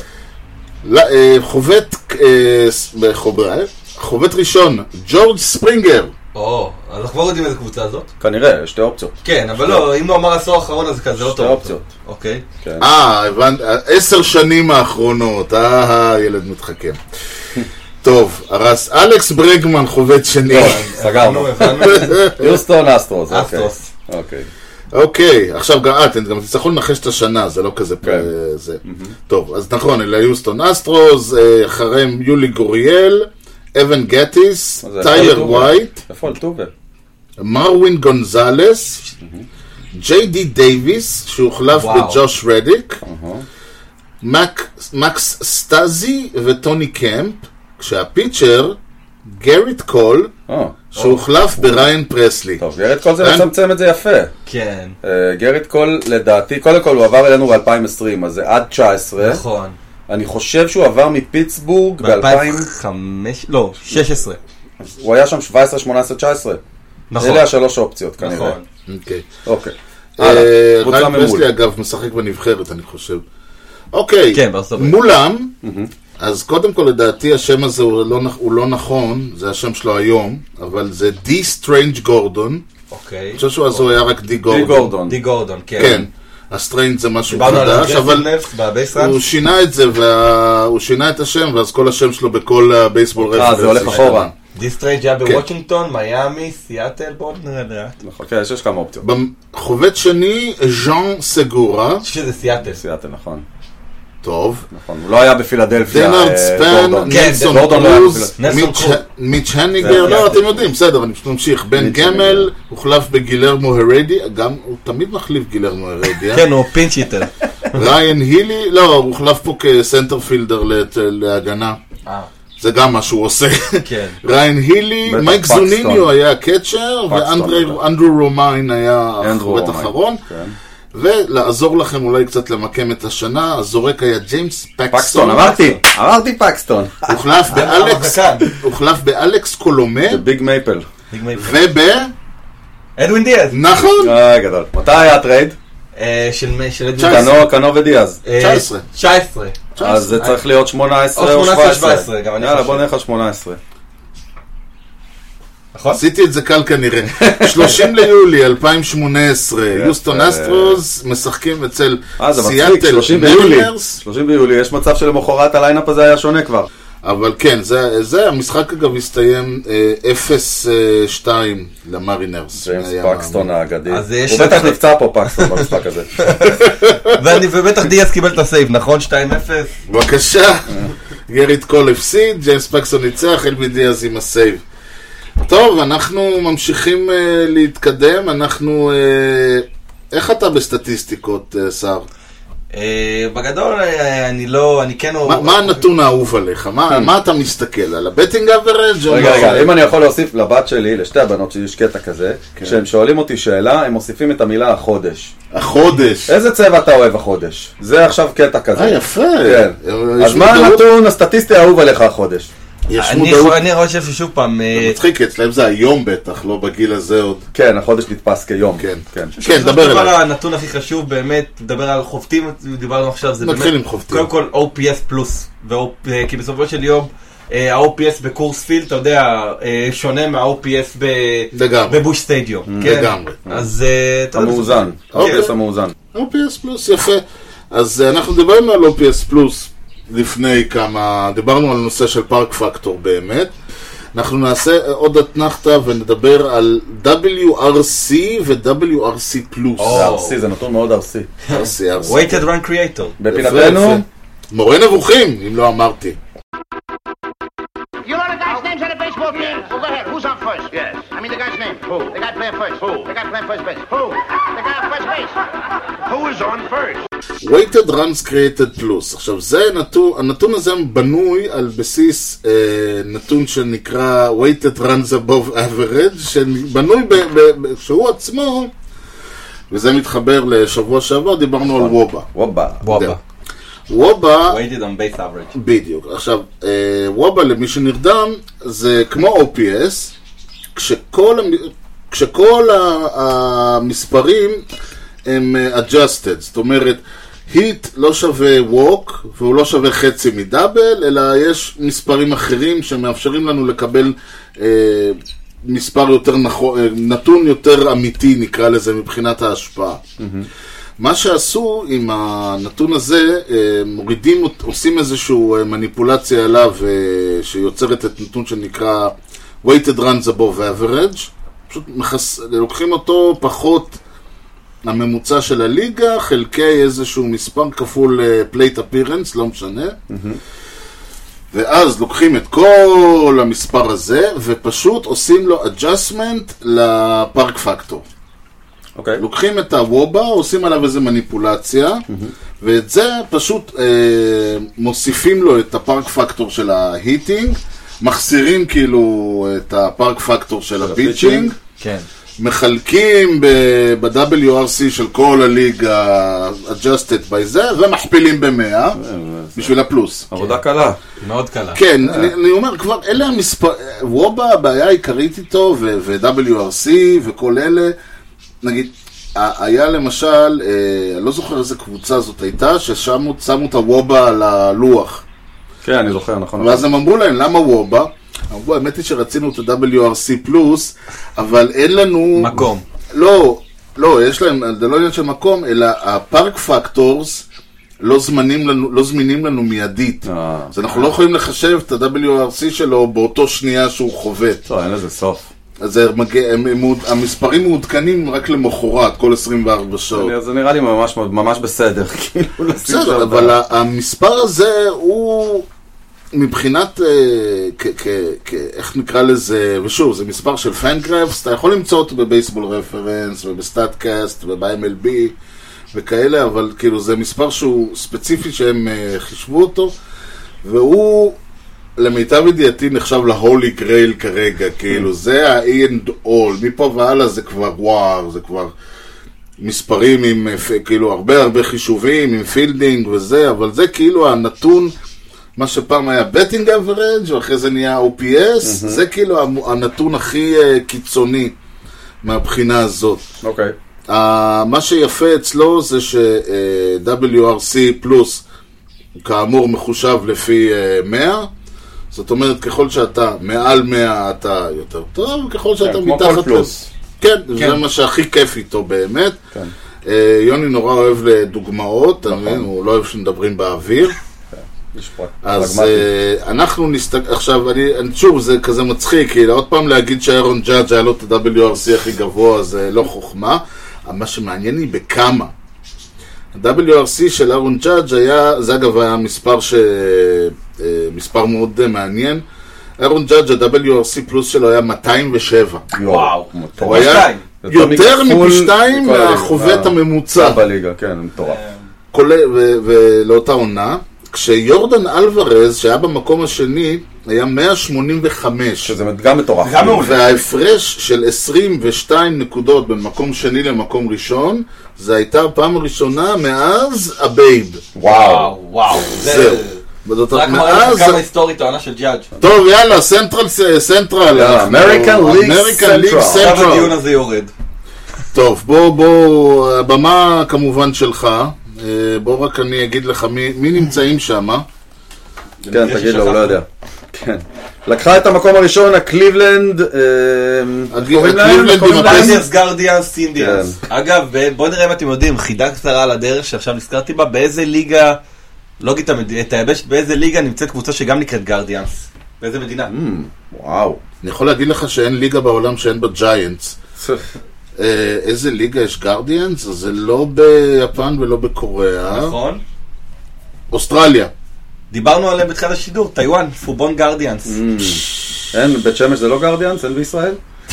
חובט ראשון, ג'ורג' ספרינגר. אז אנחנו כבר יודעים איזה קבוצה הזאת. כנראה, שתי אופציות. כן, אבל לא, אם הוא אמר עשור האחרון, אז כזה לא טוב. שתי אופציות. אוקיי. 10 שנים האחרונות, ילד מתחכם. טוב, הרס, אלכס ברגמן חובט שני. סגרנו. יוסטון אסטרוס. אוקיי, עכשיו אתם גם תצטרכו לנחש את השנה, זה לא כזה זה. טוב, אז נכון, אלה יוסטון אסטרוס, אחריהם יולי גוריאל, אבן גטיס, טיילר ווייט, מרווין גונזלס, ג'יי די דייביס, שהוחלף בג'וש רדיק, מקס סטאזי וטוני קמפ, כשהפיצ'ר גריט קול, שהוחלף בריין פרסלי. טוב, גריט קול זה מצמצם את זה יפה. כן. גריט קול, לדעתי, קודם כל הוא עבר אלינו ב-2020, אז זה עד 19. נכון. אני חושב שהוא עבר מפיטסבורג ב-2005, לא, 16. הוא היה שם 17, 18, 19. נכון. אלה השלוש אופציות כנראה. נכון. אוקיי. ריין פרסלי אגב משחק בנבחרת, אני חושב. אוקיי. כן, בארצות הברית. מולם, אז קודם כל לדעתי השם הזה הוא לא נכון, זה השם שלו היום, אבל זה די סטרנג' גורדון. אוקיי. אני חושב שהוא היה רק די גורדון. די גורדון, כן. כן. הסטרנג' זה משהו חדש, אבל הוא שינה את זה, הוא שינה את השם, ואז כל השם שלו בכל הבייסבול רפרנס. זה הולך אחורה. די סטרנג' היה בוושינגטון, מיאמי, סיאטל, בוא נראה. נכון, כן, יש כמה אופציות. בחובט שני, ז'אן סגורה. אני חושב שזה סיאטל. סיאטל, נכון. טוב. נכון, הוא לא היה בפילדלפיה. דנארד ספן, נלסון קרוז, מיץ' הניגר, לא, אתם יודעים, בסדר, אני פשוט ממשיך. בן גמל, הוחלף בגילרמו הרדי, גם, הוא תמיד מחליף גילרמו הרדי. כן, הוא פינץ' היטר. ריין הילי, לא, הוא הוחלף פה כסנטרפילדר להגנה. זה גם מה שהוא עושה. ריין הילי, מייק זוניניו היה הקצ'ר, ואנדרו רומיין היה החובט האחרון. ולעזור לכם אולי קצת למקם את השנה, הזורק היה ג'יימס פקסטון. אמרתי פקסטון. הוחלף באלכס קולומה. ביג מייפל. אדווין דיאז. נכון. גדול. מתי היה הטרייד? של אדווין. קנו ודיאז. 19. אז זה צריך להיות 18 או 17. יאללה, בוא נלך על 18. עשיתי את זה קל כנראה. 30 ליולי 2018, יוסטון אסטרוס משחקים אצל סיאטל מרינרס. 30 ביולי, יש מצב שלמחרת הליינאפ הזה היה שונה כבר. אבל כן, זה המשחק אגב הסתיים 0-2 למרינרס. ג'יימס פקסטון האגדי. הוא בטח נפצע פה פקסטון במשחק הזה. ובטח דיאז קיבל את הסייב, נכון? 2-0? בבקשה. גריט קול הפסיד, ג'יימס פקסטון ניצח, אלווין דיאז עם הסייב. טוב, אנחנו ממשיכים להתקדם, אנחנו... איך אתה בסטטיסטיקות, שר? בגדול, אני כן... מה הנתון האהוב עליך? מה אתה מסתכל? על הבטינג אברג'? רגע, אם אני יכול להוסיף לבת שלי, לשתי הבנות שיש קטע כזה, כשהם שואלים אותי שאלה, הם מוסיפים את המילה החודש. החודש. איזה צבע אתה אוהב החודש? זה עכשיו קטע כזה. יפה. אז מה הנתון הסטטיסטי האהוב עליך החודש? אני חושב ששוב פעם... זה מצחיק, אצלם זה היום בטח, לא בגיל הזה עוד. כן, החודש נתפס כיום. כן, דבר אליי. הנתון הכי חשוב באמת, לדבר על חובטים, דיברנו עכשיו, זה באמת... נתחיל עם חובטים. קודם כל OPS פלוס, כי בסופו של יום, ה-OPS בקורס פילד, אתה יודע, שונה מה-OPS בבוש סטדיום. לגמרי. אז... המאוזן, OPS המאוזן. OPS פלוס, יפה. אז אנחנו דיברנו על OPS פלוס. לפני כמה, דיברנו על נושא של פארק פקטור באמת. אנחנו נעשה עוד אתנחתה ונדבר על WRC ו-WRC+. RC זה נתון מאוד RC. Weighted Run Creator. בפינתנו. מורה נבוכים, אם לא אמרתי. You know the guy's names on the baseball team? Well, go ahead. Who's on first? Yes. I mean the guy's name. Who? The guy playing first. Who? The guy playing first base. Who? The guy on first base. Who is on first? Weighted Runs Created Plus. עכשיו, זה הנתון הזה בנוי על בסיס נתון שנקרא Weighted Runs Above Average, שבנוי שהוא עצמו, וזה מתחבר לשבוע שעבר, דיברנו על וובה. וובה, weighted on base average. בדיוק. עכשיו, וובה למי שנרדם, זה כמו OPS, כשכל המספרים הם adjusted, זאת אומרת, היט לא שווה ווק, והוא לא שווה חצי מדאבל, אלא יש מספרים אחרים שמאפשרים לנו לקבל מספר יותר נתון יותר אמיתי, נקרא לזה, מבחינת ההשפעה. מה שעשו עם הנתון הזה, מורידים, עושים איזושהי מניפולציה עליו, שיוצרת את נתון שנקרא Weighted Runs Above Average, פשוט לוקחים אותו פחות הממוצע של הליגה, חלקי איזשהו מספר כפול פלייט אפירנס, לא משנה. ואז לוקחים את כל המספר הזה, ופשוט עושים לו adjustment לפארק פקטור. לוקחים את הוובה, עושים עליו איזו מניפולציה, ואת זה פשוט מוסיפים לו את הפארק פקטור של ההיטינג, מחסירים כאילו את הפארק פקטור של הפיצ'ינג, כן. מחלקים ב-WRC של כל הליגה adjusted by זה, ומכפילים ב-100 בשביל הפלוס. עבודה קלה. מאוד קלה. כן, אני אומר כבר, אלה המספר, וובה הבעיה העיקרית איתו, ו-WRC וכל אלה, נגיד, היה למשל, אני לא זוכר איזה קבוצה זאת הייתה, ששמו את הוובה על הלוח. כן, אני זוכר, נכון. ואז הם אמרו להם, למה וובה? אמרו, האמת היא שרצינו את ה-WRC+, אבל אין לנו... מקום. לא, יש להם, זה לא עניין של מקום, אלא הפארק פקטורס לא זמינים לנו מיידית. אז אנחנו לא יכולים לחשב את ה-WRC שלו באותו שנייה שהוא חובט. לא, אין לזה סוף. אז המספרים מעודכנים רק למחרת, כל 24 שעות. זה נראה לי ממש בסדר. בסדר, אבל המספר הזה הוא... מבחינת, איך נקרא לזה, ושוב, זה מספר של פנגרפס, אתה יכול למצוא אותו בבייסבול רפרנס ובסטאטקאסט וב-MLB וכאלה, אבל כאילו זה מספר שהוא ספציפי שהם חישבו אותו, והוא למיטב ידיעתי נחשב להולי גרייל כרגע, כאילו זה ה-E and all, מפה והלאה זה כבר וואו, זה כבר מספרים עם כאילו הרבה חישובים, עם פילדינג וזה, אבל זה כאילו הנתון, מה שפעם היה betting average, ואחרי זה נהיה OPS, זה כאילו הנתון הכי קיצוני מהבחינה הזאת. אוקיי. מה שיפה אצלו זה ש-WRC פלוס, כאמור מחושב לפי 100, זאת אומרת, ככל שאתה מעל 100 אתה יותר טוב, וככל שאתה מתחת... כמו כל פלוס. כן, זה מה שהכי כיף איתו באמת. יוני נורא אוהב לדוגמאות, הוא לא אוהב שמדברים באוויר. אז אנחנו עכשיו, שוב, זה כזה מצחיק, כי עוד פעם להגיד שאירון ג'אדג' היה לו את ה-WRC הכי גבוה, זה לא חוכמה. מה שמעניין לי בכמה. ה-WRC של אירון ג'אדג' היה, זה אגב היה מספר מאוד מעניין. אירון ג'אדג' ה-WRC פלוס שלו היה 207. וואו, הוא היה יותר מפי-2 מהחובט הממוצע. בליגה, כן, מטורף. ולאותה עונה, כשיורדן אלוורז, שהיה במקום השני, היה 185. שזה גם מטורף. וההפרש של 22 נקודות בין מקום שני למקום ראשון, זה הייתה הפעם הראשונה מאז הבייב. וואו. זהו. רק מראה לך כמה היסטורית העונה של ג'אדג'. טוב, יאללה, סנטרל. אמריקן ליג סנטרל. עכשיו הדיון הזה יורד. טוב, בוא, הבמה כמובן שלך. בוא רק אני אגיד לך מי נמצאים שם. כן, תגיד לו, הוא לא יודע. כן. לקחה את המקום הראשון, הקליבלנד, קליבלנד גארדיאנס אינדיאנס. אגב, בוא נראה אם אתם יודעים, חידה קצרה על הדרך שעכשיו נזכרתי בה, באיזה ליגה, לא גיד את היבשת, באיזה ליגה נמצאת קבוצה שגם נקראת גארדיאנס? באיזה מדינה? וואו. אני יכול להגיד לך שאין ליגה בעולם שאין בה ג'יינטס. איזה ליגה יש גארדיאנס? זה לא ביפן ולא בקוריאה. נכון. אוסטרליה. דיברנו עליהם בתחילת השידור, טיואן, פובון גארדיאנס. אין, בית שמש זה לא גארדיאנס? אין בישראל?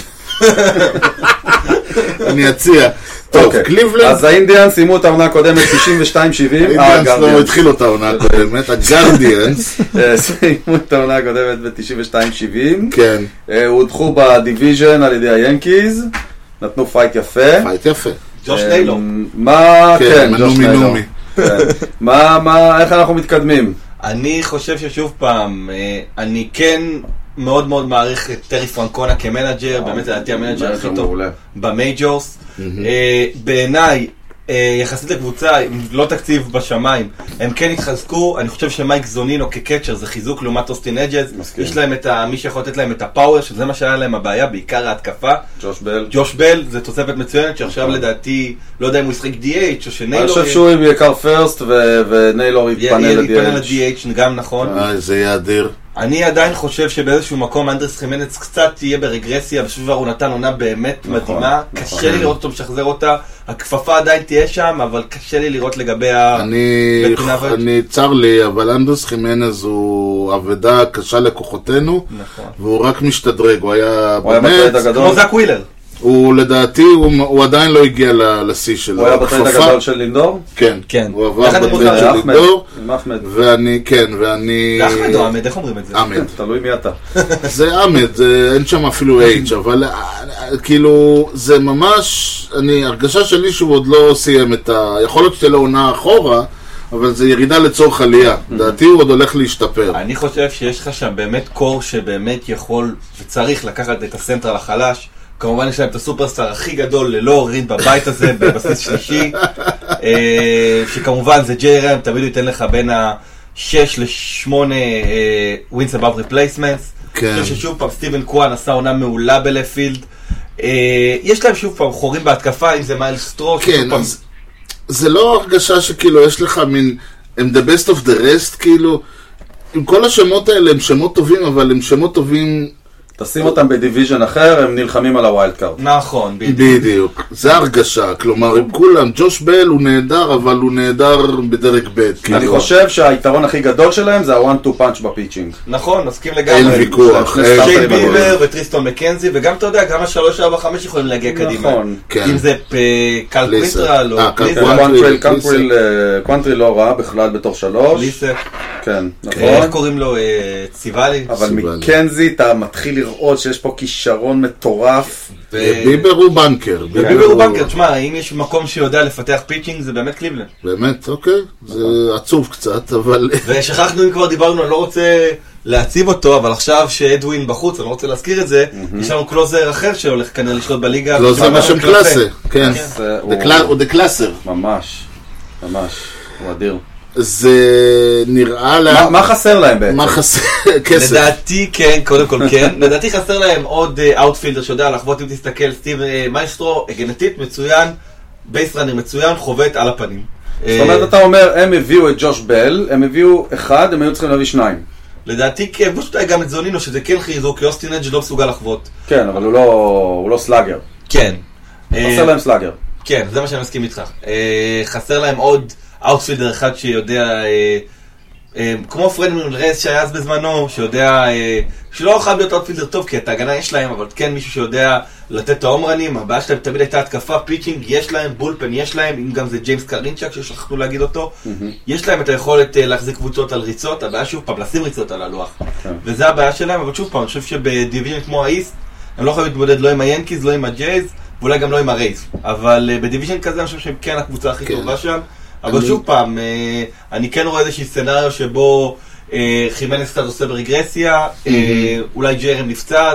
אני אציע. טוב, קליבלנד. אז האינדיאנס סיימו את העונה הקודמת 92-70. האינדיאנס לא התחילו את העונה הקודמת, הגארדיאנס. סיימו את העונה הקודמת ב-92-70. כן. הודחו בדיוויז'ן על ידי היאנקיז. נתנו פייט יפה. ג'וש ניילור. כן, נומי. איך אנחנו מתקדמים? אני חושב ששוב פעם, אני כן מאוד מאוד מעריך את טרי פרנקונה כמנג'ר, באמת לדעתי המנג'ר הכי טוב במייג'ורס. בעיניי, יחסית לקבוצה, עם לא תקציב בשמיים, הם כן התחזקו. אני חושב שמייק זונינו כקצ'ר זה חיזוק לעומת אוסטין אג'ז. יש להם את מי שיכול לתת להם את הפאוור, שזה מה שהיה להם הבעיה, בעיקר ההתקפה. ג'וש בל זה תוספת מצוינת, שעכשיו לדעתי, לא יודע אם הוא ישחק DH או שניילור... אני חושב שהוא יקר פרסט וניילור יתפנה ל-DH. גם נכון. זה יהיה אדיר. אני עדיין חושב שבאיזשהו מקום אנדרס חימנץ קצת תהיה ברגרסיה, ושוב הוא נתן עונה באמת מדהימה. קשה לי לראות אותו משחזר אותה. הכפפה עדיין תהיה שם, אבל קשה לי לראות לגבי אני צר לי, אבל אנדרס חימנץ הוא עבודה קשה לכוחותינו, והוא רק משתדרג. הוא היה באמת כמו זק ווילר. הוא לדעתי, הוא עדיין לא הגיע לשיא של הוא היה בטרייד הגדול של לינדור? כן. הוא עבר בטרייד של לינדור. ואני, כן, ואני... זה אחמד או עמד, איך אומרים את זה? עמד. תלוי מי אתה. זה עמד, אין שם אפילו H, אבל כאילו, זה ממש, הרגשה שלי שהוא עוד לא סיים את יכול להיות שתהיה לו עונה אחורה, אבל זה ירידה לצורך עלייה. דעתי הוא עוד הולך להשתפר. אני חושב שיש לך שם באמת קור שבאמת יכול וצריך לקחת את הסנטרל החלש. כמובן יש להם את הסופרסטאר הכי גדול ללא ריד בבית הזה, בבסיס שלישי. שכמובן זה ג'יי רם, תמיד הוא ייתן לך בין ה-6 ל-8 wins above replacements. כן. ששוב פעם סטיבן קואן עשה עונה מעולה בלפילד. יש להם שוב פעם חורים בהתקפה, אם זה מייל סטרוק. כן, זה לא הרגשה שכאילו יש לך מין, הם the best of the rest, כאילו, עם כל השמות האלה הם שמות טובים, אבל הם שמות טובים... תשים אותם בדיוויז'ן אחר, הם נלחמים על הווילד קארד. נכון, בדיוק. זה הרגשה, כלומר, הם כולם, ג'וש בל הוא נהדר, אבל הוא נהדר בדרג ב'. אני חושב שהיתרון הכי גדול שלהם זה ה-1-2 punch בפיצ'ינג. נכון, נסכים לגמרי. אין ויכוח. שיין ביבר וטריסטון מקנזי, וגם אתה יודע, גם ה-3-4-5 יכולים להגיע קדימה. נכון. אם זה קל קווינטרל או קוונטריל לא רע בכלל בתור 3. ליסק. כן, נכון. איך קוראים לו? ציוולי. אבל מקנזי אתה מתחיל לראות שיש פה כישרון מטורף. ביבר הוא בנקר. ביבר הוא בנקר, תשמע, אם יש מקום שיודע לפתח פיצ'ינג זה באמת קליבלנד. באמת, אוקיי. זה עצוב קצת, אבל... ושכחנו אם כבר דיברנו, אני לא רוצה להציב אותו, אבל עכשיו שאדווין בחוץ, אני לא רוצה להזכיר את זה, יש לנו קלוזר אחר שהולך כנראה לשלוט בליגה. קלוזר בשם קלאסה, כן. הוא דה קלאסר. ממש, ממש, הוא אדיר. זה נראה להם... מה חסר להם בעצם? מה חסר? כסף. לדעתי כן, קודם כל כן. לדעתי חסר להם עוד אאוטפילדר שיודע לחוות, אם תסתכל, סטיב מייסטרו, הגנתית מצוין, בייסרנר מצוין, חובט על הפנים. זאת אומרת, אתה אומר, הם הביאו את ג'וש בל, הם הביאו אחד, הם היו צריכים להביא 2. לדעתי כן, ושאתה גם את זונינו, שזה כן חיזוק, כי אוסטין אדג' לא מסוגל לחוות. כן, אבל הוא לא סלאגר. כן. חסר להם סלאגר. כן, זה מה שאני מסכים איתך. חסר להם עוד אאוטפילדר אחד שיודע, כמו פרד מונרס שהיה אז בזמנו, שיודע, שלא יכול להיות אאוטפילדר טוב, כי את ההגנה יש להם, אבל כן מישהו שיודע לתת את ההומרנים, הבעיה שלהם תמיד הייתה התקפה, פיצ'ינג, יש להם, בולפן יש להם, אם גם זה ג'יימס קרינצ'ק ששכחנו להגיד אותו, יש להם את היכולת להחזיק קבוצות על ריצות, הבעיה שוב פעם, לשים ריצות על הלוח, וזה הבעיה שלהם, אבל שוב פעם, אני חושב שבדיוויז'ן כמו האיסט, הם לא יכולים להתמודד לא עם היאנקיז, לא עם הג'ייז, ואולי גם לא עם הרייז, אבל בדיוויז'ן כזה אני חושב שהם כן הקבוצה הכי טובה שם. אבל שוב פעם, אני כן רואה איזושהי סצנריו שבו חימנס קצת עושה ברגרסיה, אולי ג'רם נפצע,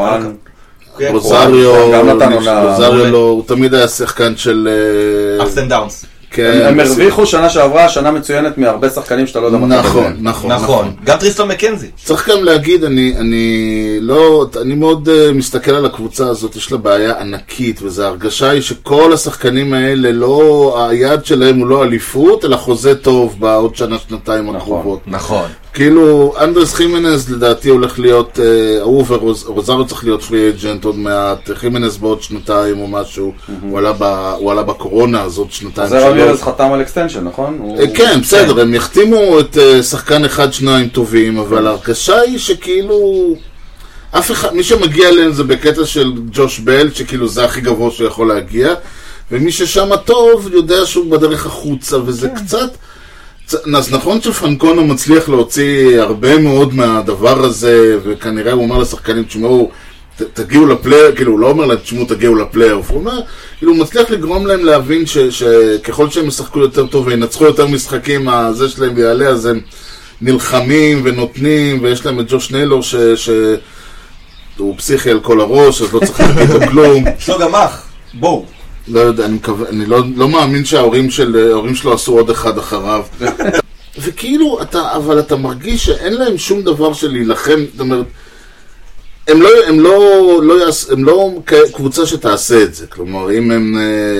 רוזריו, הוא תמיד היה שחקן של... ups and downs. הם הרוויחו שנה שעברה, שנה מצוינת מהרבה שחקנים שאתה לא יודע מה. נכון. גם טריסטון מקנזי. צריך גם להגיד, אני מאוד מסתכל על הקבוצה הזאת, יש לה בעיה ענקית, וזו הרגשה היא שכל השחקנים האלה, היעד שלהם הוא לא אליפות, אלא חוזה טוב בעוד שנה, שנתיים הקרובות. נכון. כאילו, אנדרס חימנס לדעתי הולך להיות, רוזריו צריך להיות פרי אג'נט עוד מעט, חימנס בעוד שנתיים או משהו, הוא עלה בקורונה, אז עוד שנתיים שלוש. זה רמירז חתם על אקסטנשן, נכון? כן, בסדר, הם יחתימו את שחקן אחד, שניים טובים, אבל ההרגשה היא שכאילו, אף אחד, מי שמגיע אליהם זה בקטע של ג'וש בל, שכאילו זה הכי גבוה שיכול להגיע, ומי ששם טוב יודע שהוא בדרך החוצה, וזה קצת... אז נכון שפרנקונו מצליח להוציא הרבה מאוד מהדבר הזה, וכנראה הוא אומר לשחקנים, תשמעו, תגיעו לפלייר, כאילו הוא לא אומר להם, תשמעו, תגיעו לפלייר, הוא אומר, כאילו הוא מצליח לגרום להם להבין שככל שהם ישחקו יותר טוב וינצחו יותר משחקים, הזה שלהם יעלה, אז הם נלחמים ונותנים, ויש להם את ג'וש ניילור שהוא פסיכי על כל הראש, אז לא צריך להגיד לו כלום. יש לו גם אח, בואו. לא יודע, אני לא מאמין שההורים שלו עשו עוד אחד אחריו. וכאילו, אבל אתה מרגיש שאין להם שום דבר של להילחם, זאת אומרת, הם לא קבוצה שתעשה את זה, כלומר, אם הם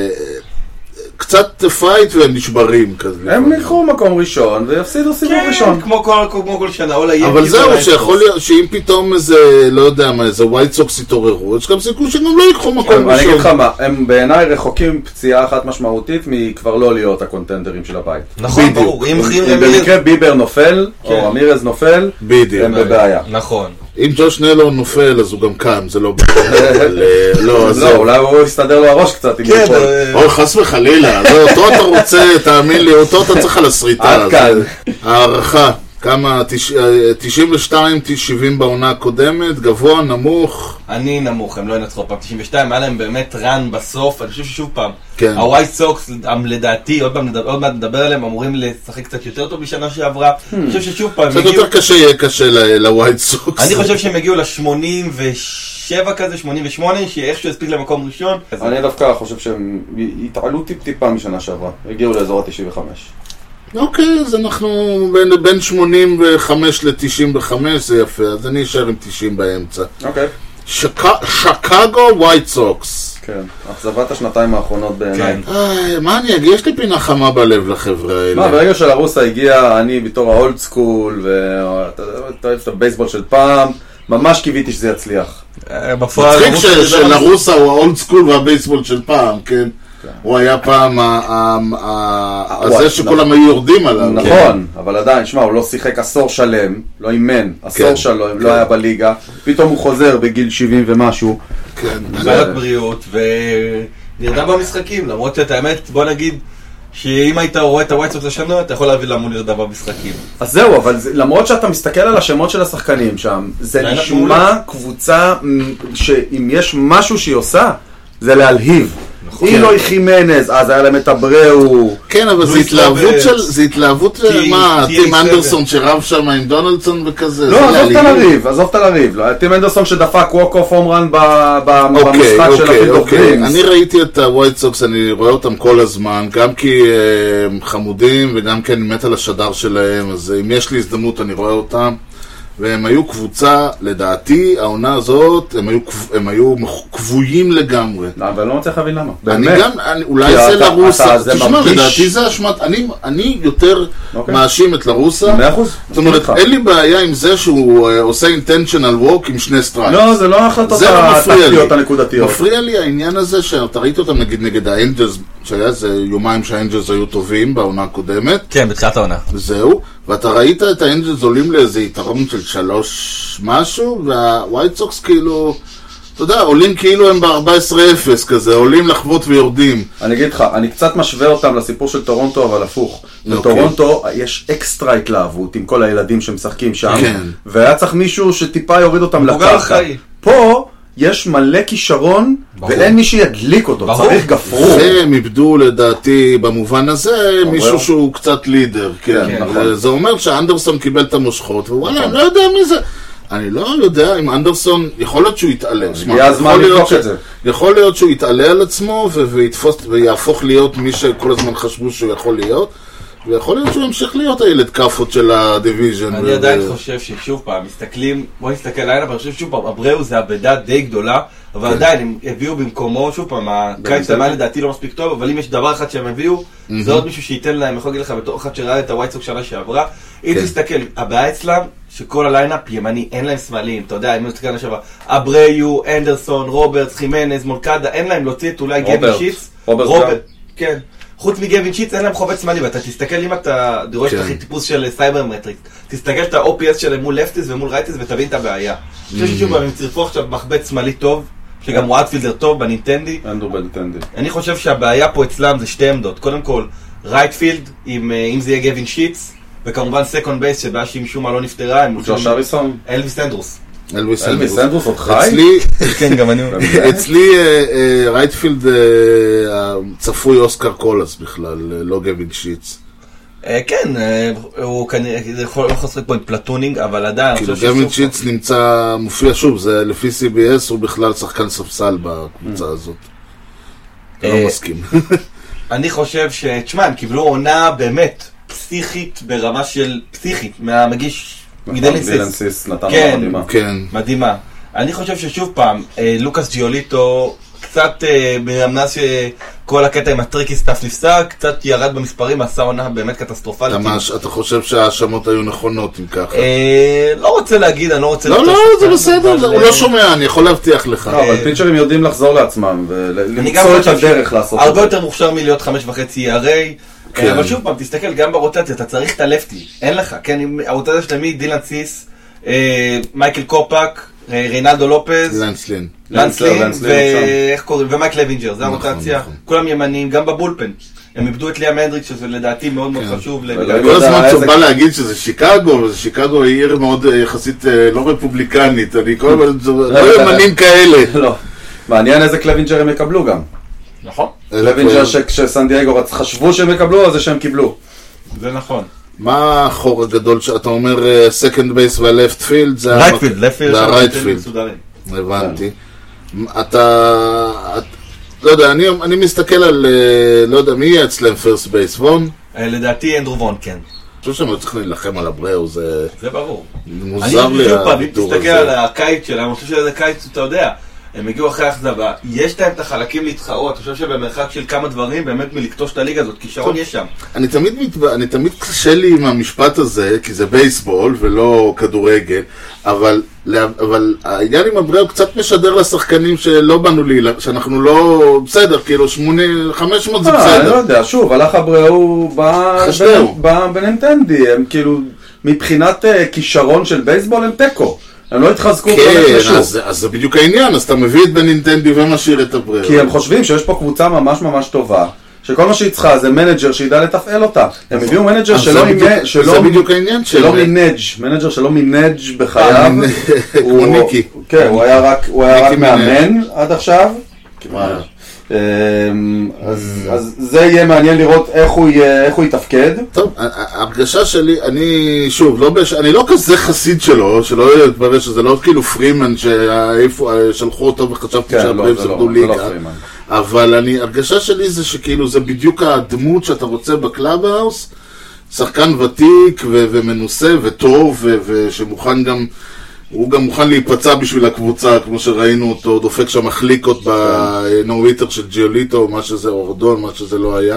קצת פייט והם נשברים כזה. הם ניחו מקום ראשון ויפסידו סיבוב ראשון. כמו כל שנה, אבל זהו, שיכול להיות שאם פתאום איזה, לא יודע מה, איזה ווייט סוקס יתעוררו, יש גם סיכוי שגם לא ייקחו מקום ראשון. אני אגיד לך מה, הם בעיניי רחוקים פציעה אחת משמעותית מכבר לא להיות הקונטנדרים של הבית. נכון, ברור. אם במקרה ביבר נופל, או אמירז נופל, הם בבעיה. נכון. אם ג'וש נלו נופל, אז הוא גם קם, זה לא... לא, אולי הוא יסתדר לו הראש קצת. או חס וחלילה, אותו אתה רוצה, תאמין לי, אותו אתה צריך על הסריטה. הערכה, כמה? 92-70 בעונה הקודמת, גבוה, נמוך? אני נמוך, הם לא ינצחו פעם 92, היה להם באמת רן בסוף, אני חושב ששוב פעם, הווייט סוקס, לדעתי, עוד מעט נדבר עליהם, אמורים לשחק קצת יותר טוב בשנה שעברה, אני חושב ששוב פעם... קצת יותר קשה יהיה קשה לווייט סוקס. אני חושב שהם הגיעו ל-87 כזה, 88, שאיכשהו הספיק למקום ראשון. אני דווקא חושב שהם התעלו טיפה משנה שעברה, הגיעו לאזור ה-95. אוקיי, אז אנחנו בין 85 ל-95, זה יפה, אז אני אשאר עם 90 באמצע. אוקיי. שיקגו ווייט סוקס. כן, אכזבת השנתיים האחרונות בעיניי. מה אני אגיד? יש לי פינה חמה בלב לחבר'ה האלה. מה, ברגע של הרוסה הגיע, אני בתור האולד סקול, ואתה אוהב את הבייסבול של פעם, ממש קיוויתי שזה יצליח. מצחיק שלרוסה הוא האולד סקול והבייסבול של פעם, כן? הוא היה פעם הזה שכולם היו יורדים עליו. נכון, אבל עדיין, שמע, הוא לא שיחק עשור שלם, לא אימן, עשור שלם, לא היה בליגה, פתאום הוא חוזר בגיל 70 ומשהו. בעיית בריאות, ונרדם במשחקים, למרות שאת האמת, בוא נגיד, שאם היית רואה את הווייט סוקס השנה, אתה יכול להבין למה הוא נרדם במשחקים. אז זהו, אבל למרות שאתה מסתכל על השמות של השחקנים שם, זה נשמע קבוצה שאם יש משהו שהיא עושה, זה להלהיב. אם לא חימנז, אז היה להם את הבראו. כן, אבל זה התלהבות של מה? טים אנדרסון שרב שם עם דונלדסון וכזה. לא, עזוב את הריב. טים אנדרסון שדפק ווק-אוף הום-רן במשחק של הפילדוף גיימס. אני ראיתי את הווייט סוקס, אני רואה אותם כל הזמן, גם כי הם חמודים וגם כי אני מת על השדר שלהם, אז אם יש לי הזדמנות אני רואה אותם. והם היו קבוצה, לדעתי, העונה הזאת, הם היו קבויים לגמרי. אבל לא מצליח להבין למה. אני גם, אולי זה לרוסה. תשמע, לדעתי זה אשמת, אני יותר מאשים את לרוסה. 100%. זאת אומרת, אין לי בעיה עם זה שהוא עושה intentional walk עם שני סטרייק. לא, זה לא ההחלטות הטקטיות הנקודתיות. מפריע לי העניין הזה שאתה ראית אותם נגד האנג'לס, שהיה איזה יומיים שהאנג'לס היו טובים בעונה הקודמת. כן, בתחילת העונה. זהו. ואתה ראית את האנג'לס עולים לאיזה יתרון של 3 משהו, והווייט סוקס כאילו, אתה יודע, עולים כאילו הם ב-14-0 כזה, עולים לחוות ויורדים. אני אגיד לך, אני קצת משווה אותם לסיפור של טורונטו, אבל הפוך. בטורונטו יש אקסטרה התלהבות עם כל הילדים שמשחקים שם, והיה צריך מישהו שטיפה יוריד אותם לקרקע. פה יש מלא כישרון, ואין מי שידליק אותו, צריך גפרור. והם איבדו לדעתי במובן הזה מישהו שהוא קצת לידר, כן. זה אומר שאנדרסון קיבל את המושכות, ווואלה, אני לא יודע מי זה. אני לא יודע אם אנדרסון, יכול להיות שהוא יתעלה. הגיע הזמן לבדוק את זה. יכול להיות שהוא יתעלה על עצמו, ויהפוך להיות מי שכל הזמן חשבו שהוא יכול להיות. ויכול להיות שהוא ימשיך להיות הילד קפות של הדיוויז'ן. אני עדיין חושב ששוב פעם, בוא נסתכל עליו, אני חושב ששוב פעם, הבראו זה הבדה די גדולה, אבל עדיין הם הביאו במקומו, שוב פעם, הקיץ המה לדעתי לא מספיק טוב, אבל אם יש דבר אחד שהם הביאו, זה עוד מישהו שייתן להם, יכול להגיד לך בתור אחד שראה את הווייט סוקס שנה שעברה, אם תסתכל, הבעיה אצלם, שכל הליינאפ ימני, אין להם סמלים, אתה יודע, אם תסתכל על השבוע, הבראו, אנדרסון, רוברטס, חימנז, מולקדה, אין להם להוציא את אולי גבי שיץ, רוברט, כן. חוץ מגווין שיץ אין להם חובץ שמאלי, ואתה תסתכל אם אתה רואה שאתה הכי טיפוס של סייבר מטריקס, תסתכל את ה-OPS שלהם מול לפטיס ומול רייטיס ותבין את הבעיה. אני חושב ששוב, הם צירפו עכשיו מחבץ שמאלי טוב, שגם הוא אטפילדר טוב בנינטנדי. אני חושב שהבעיה פה אצלם זה שתי עמדות. קודם כל, רייטפילד, אם זה יהיה גווין שיץ, וכמובן סקונד בייס, שבעיה שהיא משום מה לא נפטרה. ג'וש אריסון? אלוויס אנדרוס. אלוויס אנדרוס עוד חי? כן, גם אני. אצלי רייטפילד צפוי אוסקר קולס בכלל, לא גווין שיץ. כן, הוא כנראה יכול לשחק פה עם פלטונינג, אבל עדיין כאילו גווין שיץ נמצא, מופיע שוב, זה לפי CBS הוא בכלל שחקן ספסל בקבוצה הזאת. אתה לא מסכים. אני חושב שתשמע, הם קיבלו עונה באמת פסיכית ברמה של פסיכית מהמגיש דילנסיס נתן לה מדהימה. כן. מדהימה. אני חושב ששוב פעם, לוקאס ג'יוליטו קצת מאז שכל הקטע עם הטריקי סטאפ נפסק, קצת ירד במספרים, עשה עונה באמת קטסטרופלית. אתה חושב שההאשמות היו נכונות אם ככה? לא רוצה להגיד, אני לא רוצה... לא, זה בסדר, הוא לא שומע, אני יכול להבטיח לך. אבל פיצ'רים יודעים לחזור לעצמם ולמצוא את הדרך לעשות את זה. הרבה יותר מוכשר מלהיות 5.5 ERA, אבל שוב פעם, תסתכל גם ברוטציה, אתה צריך את הלפטי, אין לך, כן, הרוטציה שלמי דילן סיס, מייקל קופק, ריינלדו לופז, לנסלין, ואיך קוראים, ומייק לוינג'ר, זה הרוטציה, כולם ימנים, גם בבולפן. הם איבדו את ליאם הנדריק, שזה לדעתי מאוד מאוד חשוב. כל הזמן שהוא בא להגיד שזה שיקגו, ושיקגו היא עיר מאוד יחסית לא רפובליקנית, אני כל הזמן, לא ימנים כאלה. לא. מעניין איזה קלווינג'ר הם יקבלו גם. נכון. קלווינג'ר שכשסן דייגו חשבו שהם יקבלו, אז זה שהם קיבלו. זה נכון. מה החור הגדול שאתה אומר, סקנד בייס והלפט פילד? זה הרייט פילד. הבנתי. אתה... לא יודע, אני מסתכל על... לא יודע, מי יהיה אצלם פרסט בייס? וון? לדעתי אנדרו וון, כן. אני חושב שהם צריכים להילחם על הבראו, זה... זה ברור. מוזר לי הביטור הזה. אם תסתכל על הקיץ שלהם, אני חושב שזה קיץ, אתה יודע, הם הגיעו אחרי האכזבה, יש להם את החלקים להתחרות, אני חושב שבמרחק של כמה דברים, באמת מלקטוש את הליגה הזאת, כישרון יש שם. אני תמיד קשה לי עם המשפט הזה, כי זה בייסבול ולא כדורגל, אבל העניין עם הבראו קצת משדר לשחקנים שלא באנו לי, שאנחנו לא בסדר, כאילו 500 זה בסדר. אני לא יודע, שוב, הלך הבראו בנינטנדי, הם כאילו, מבחינת כישרון של בייסבול הם טקו. הם לא התחזקו כן, אז זה בדיוק העניין, אז אתה מביא את בנינטנדי ומשאיר את הבראו. כי הם חושבים שיש פה קבוצה ממש ממש טובה, שכל מה שהיא צריכה זה מנג'ר שידע לתפעל אותה. הם הביאו מנג'ר זה בדיוק העניין שלא מנג', מנג'ר שלא מנג' בחייו. כמו ניקי. כן, הוא היה רק מאמן עד עכשיו. אז זה יהיה מעניין לראות איך הוא יתפקד. טוב, ההרגשה שלי, אני לא כזה חסיד שלו, שלא יתברר שזה לא כאילו פרימן ששלחו אותו וחשבתי שהברייבס עבדו ליגה, אבל ההרגשה שלי זה שכאילו זה בדיוק הדמות שאתה רוצה בקלאב האוס, שחקן ותיק ומנוסה וטוב ושמוכן גם הוא גם מוכן להיפצע בשביל הקבוצה, כמו שראינו אותו, דופק שם מחליקות בנורוויטר של ג'יוליטו, מה שזה אורדון, מה שזה לא היה.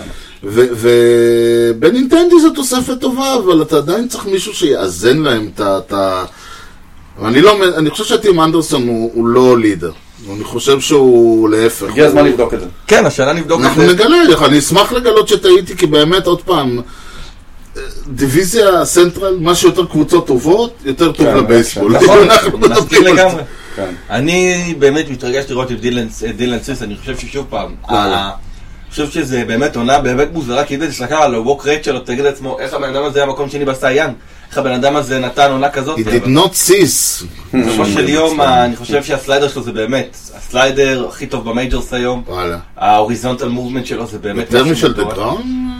ובנינטנדי זו תוספת טובה, אבל אתה עדיין צריך מישהו שיאזן להם את ה... אני חושב שטים אנדרסון הוא לא לידר. אני חושב שהוא להפך. הגיע הזמן לבדוק את זה. כן, השאלה נבדוק את זה. אנחנו נגלה, אני אשמח לגלות שטעיתי, כי באמת עוד פעם... דיוויזיה סנטרל, מה שיותר קבוצות טובות, יותר טוב לבייסבול. נכון, נסכים לגמרי. אני באמת מתרגש לראות את דילן סיס, אני חושב ששוב פעם, אני חושב שזה באמת עונה באמת מוזרה, כי תסתכל על הווק רייט שלו, תגיד לעצמו, איך הבן אדם הזה היה מקום שני בסייאן, איך הבן אדם הזה נתן עונה כזאת. He did not cease. בסופו של יום, אני חושב שהסליידר שלו זה באמת, הסליידר הכי טוב במייג'רס היום, ההוריזונטל מובמנט שלו זה באמת יותר משל דגרון?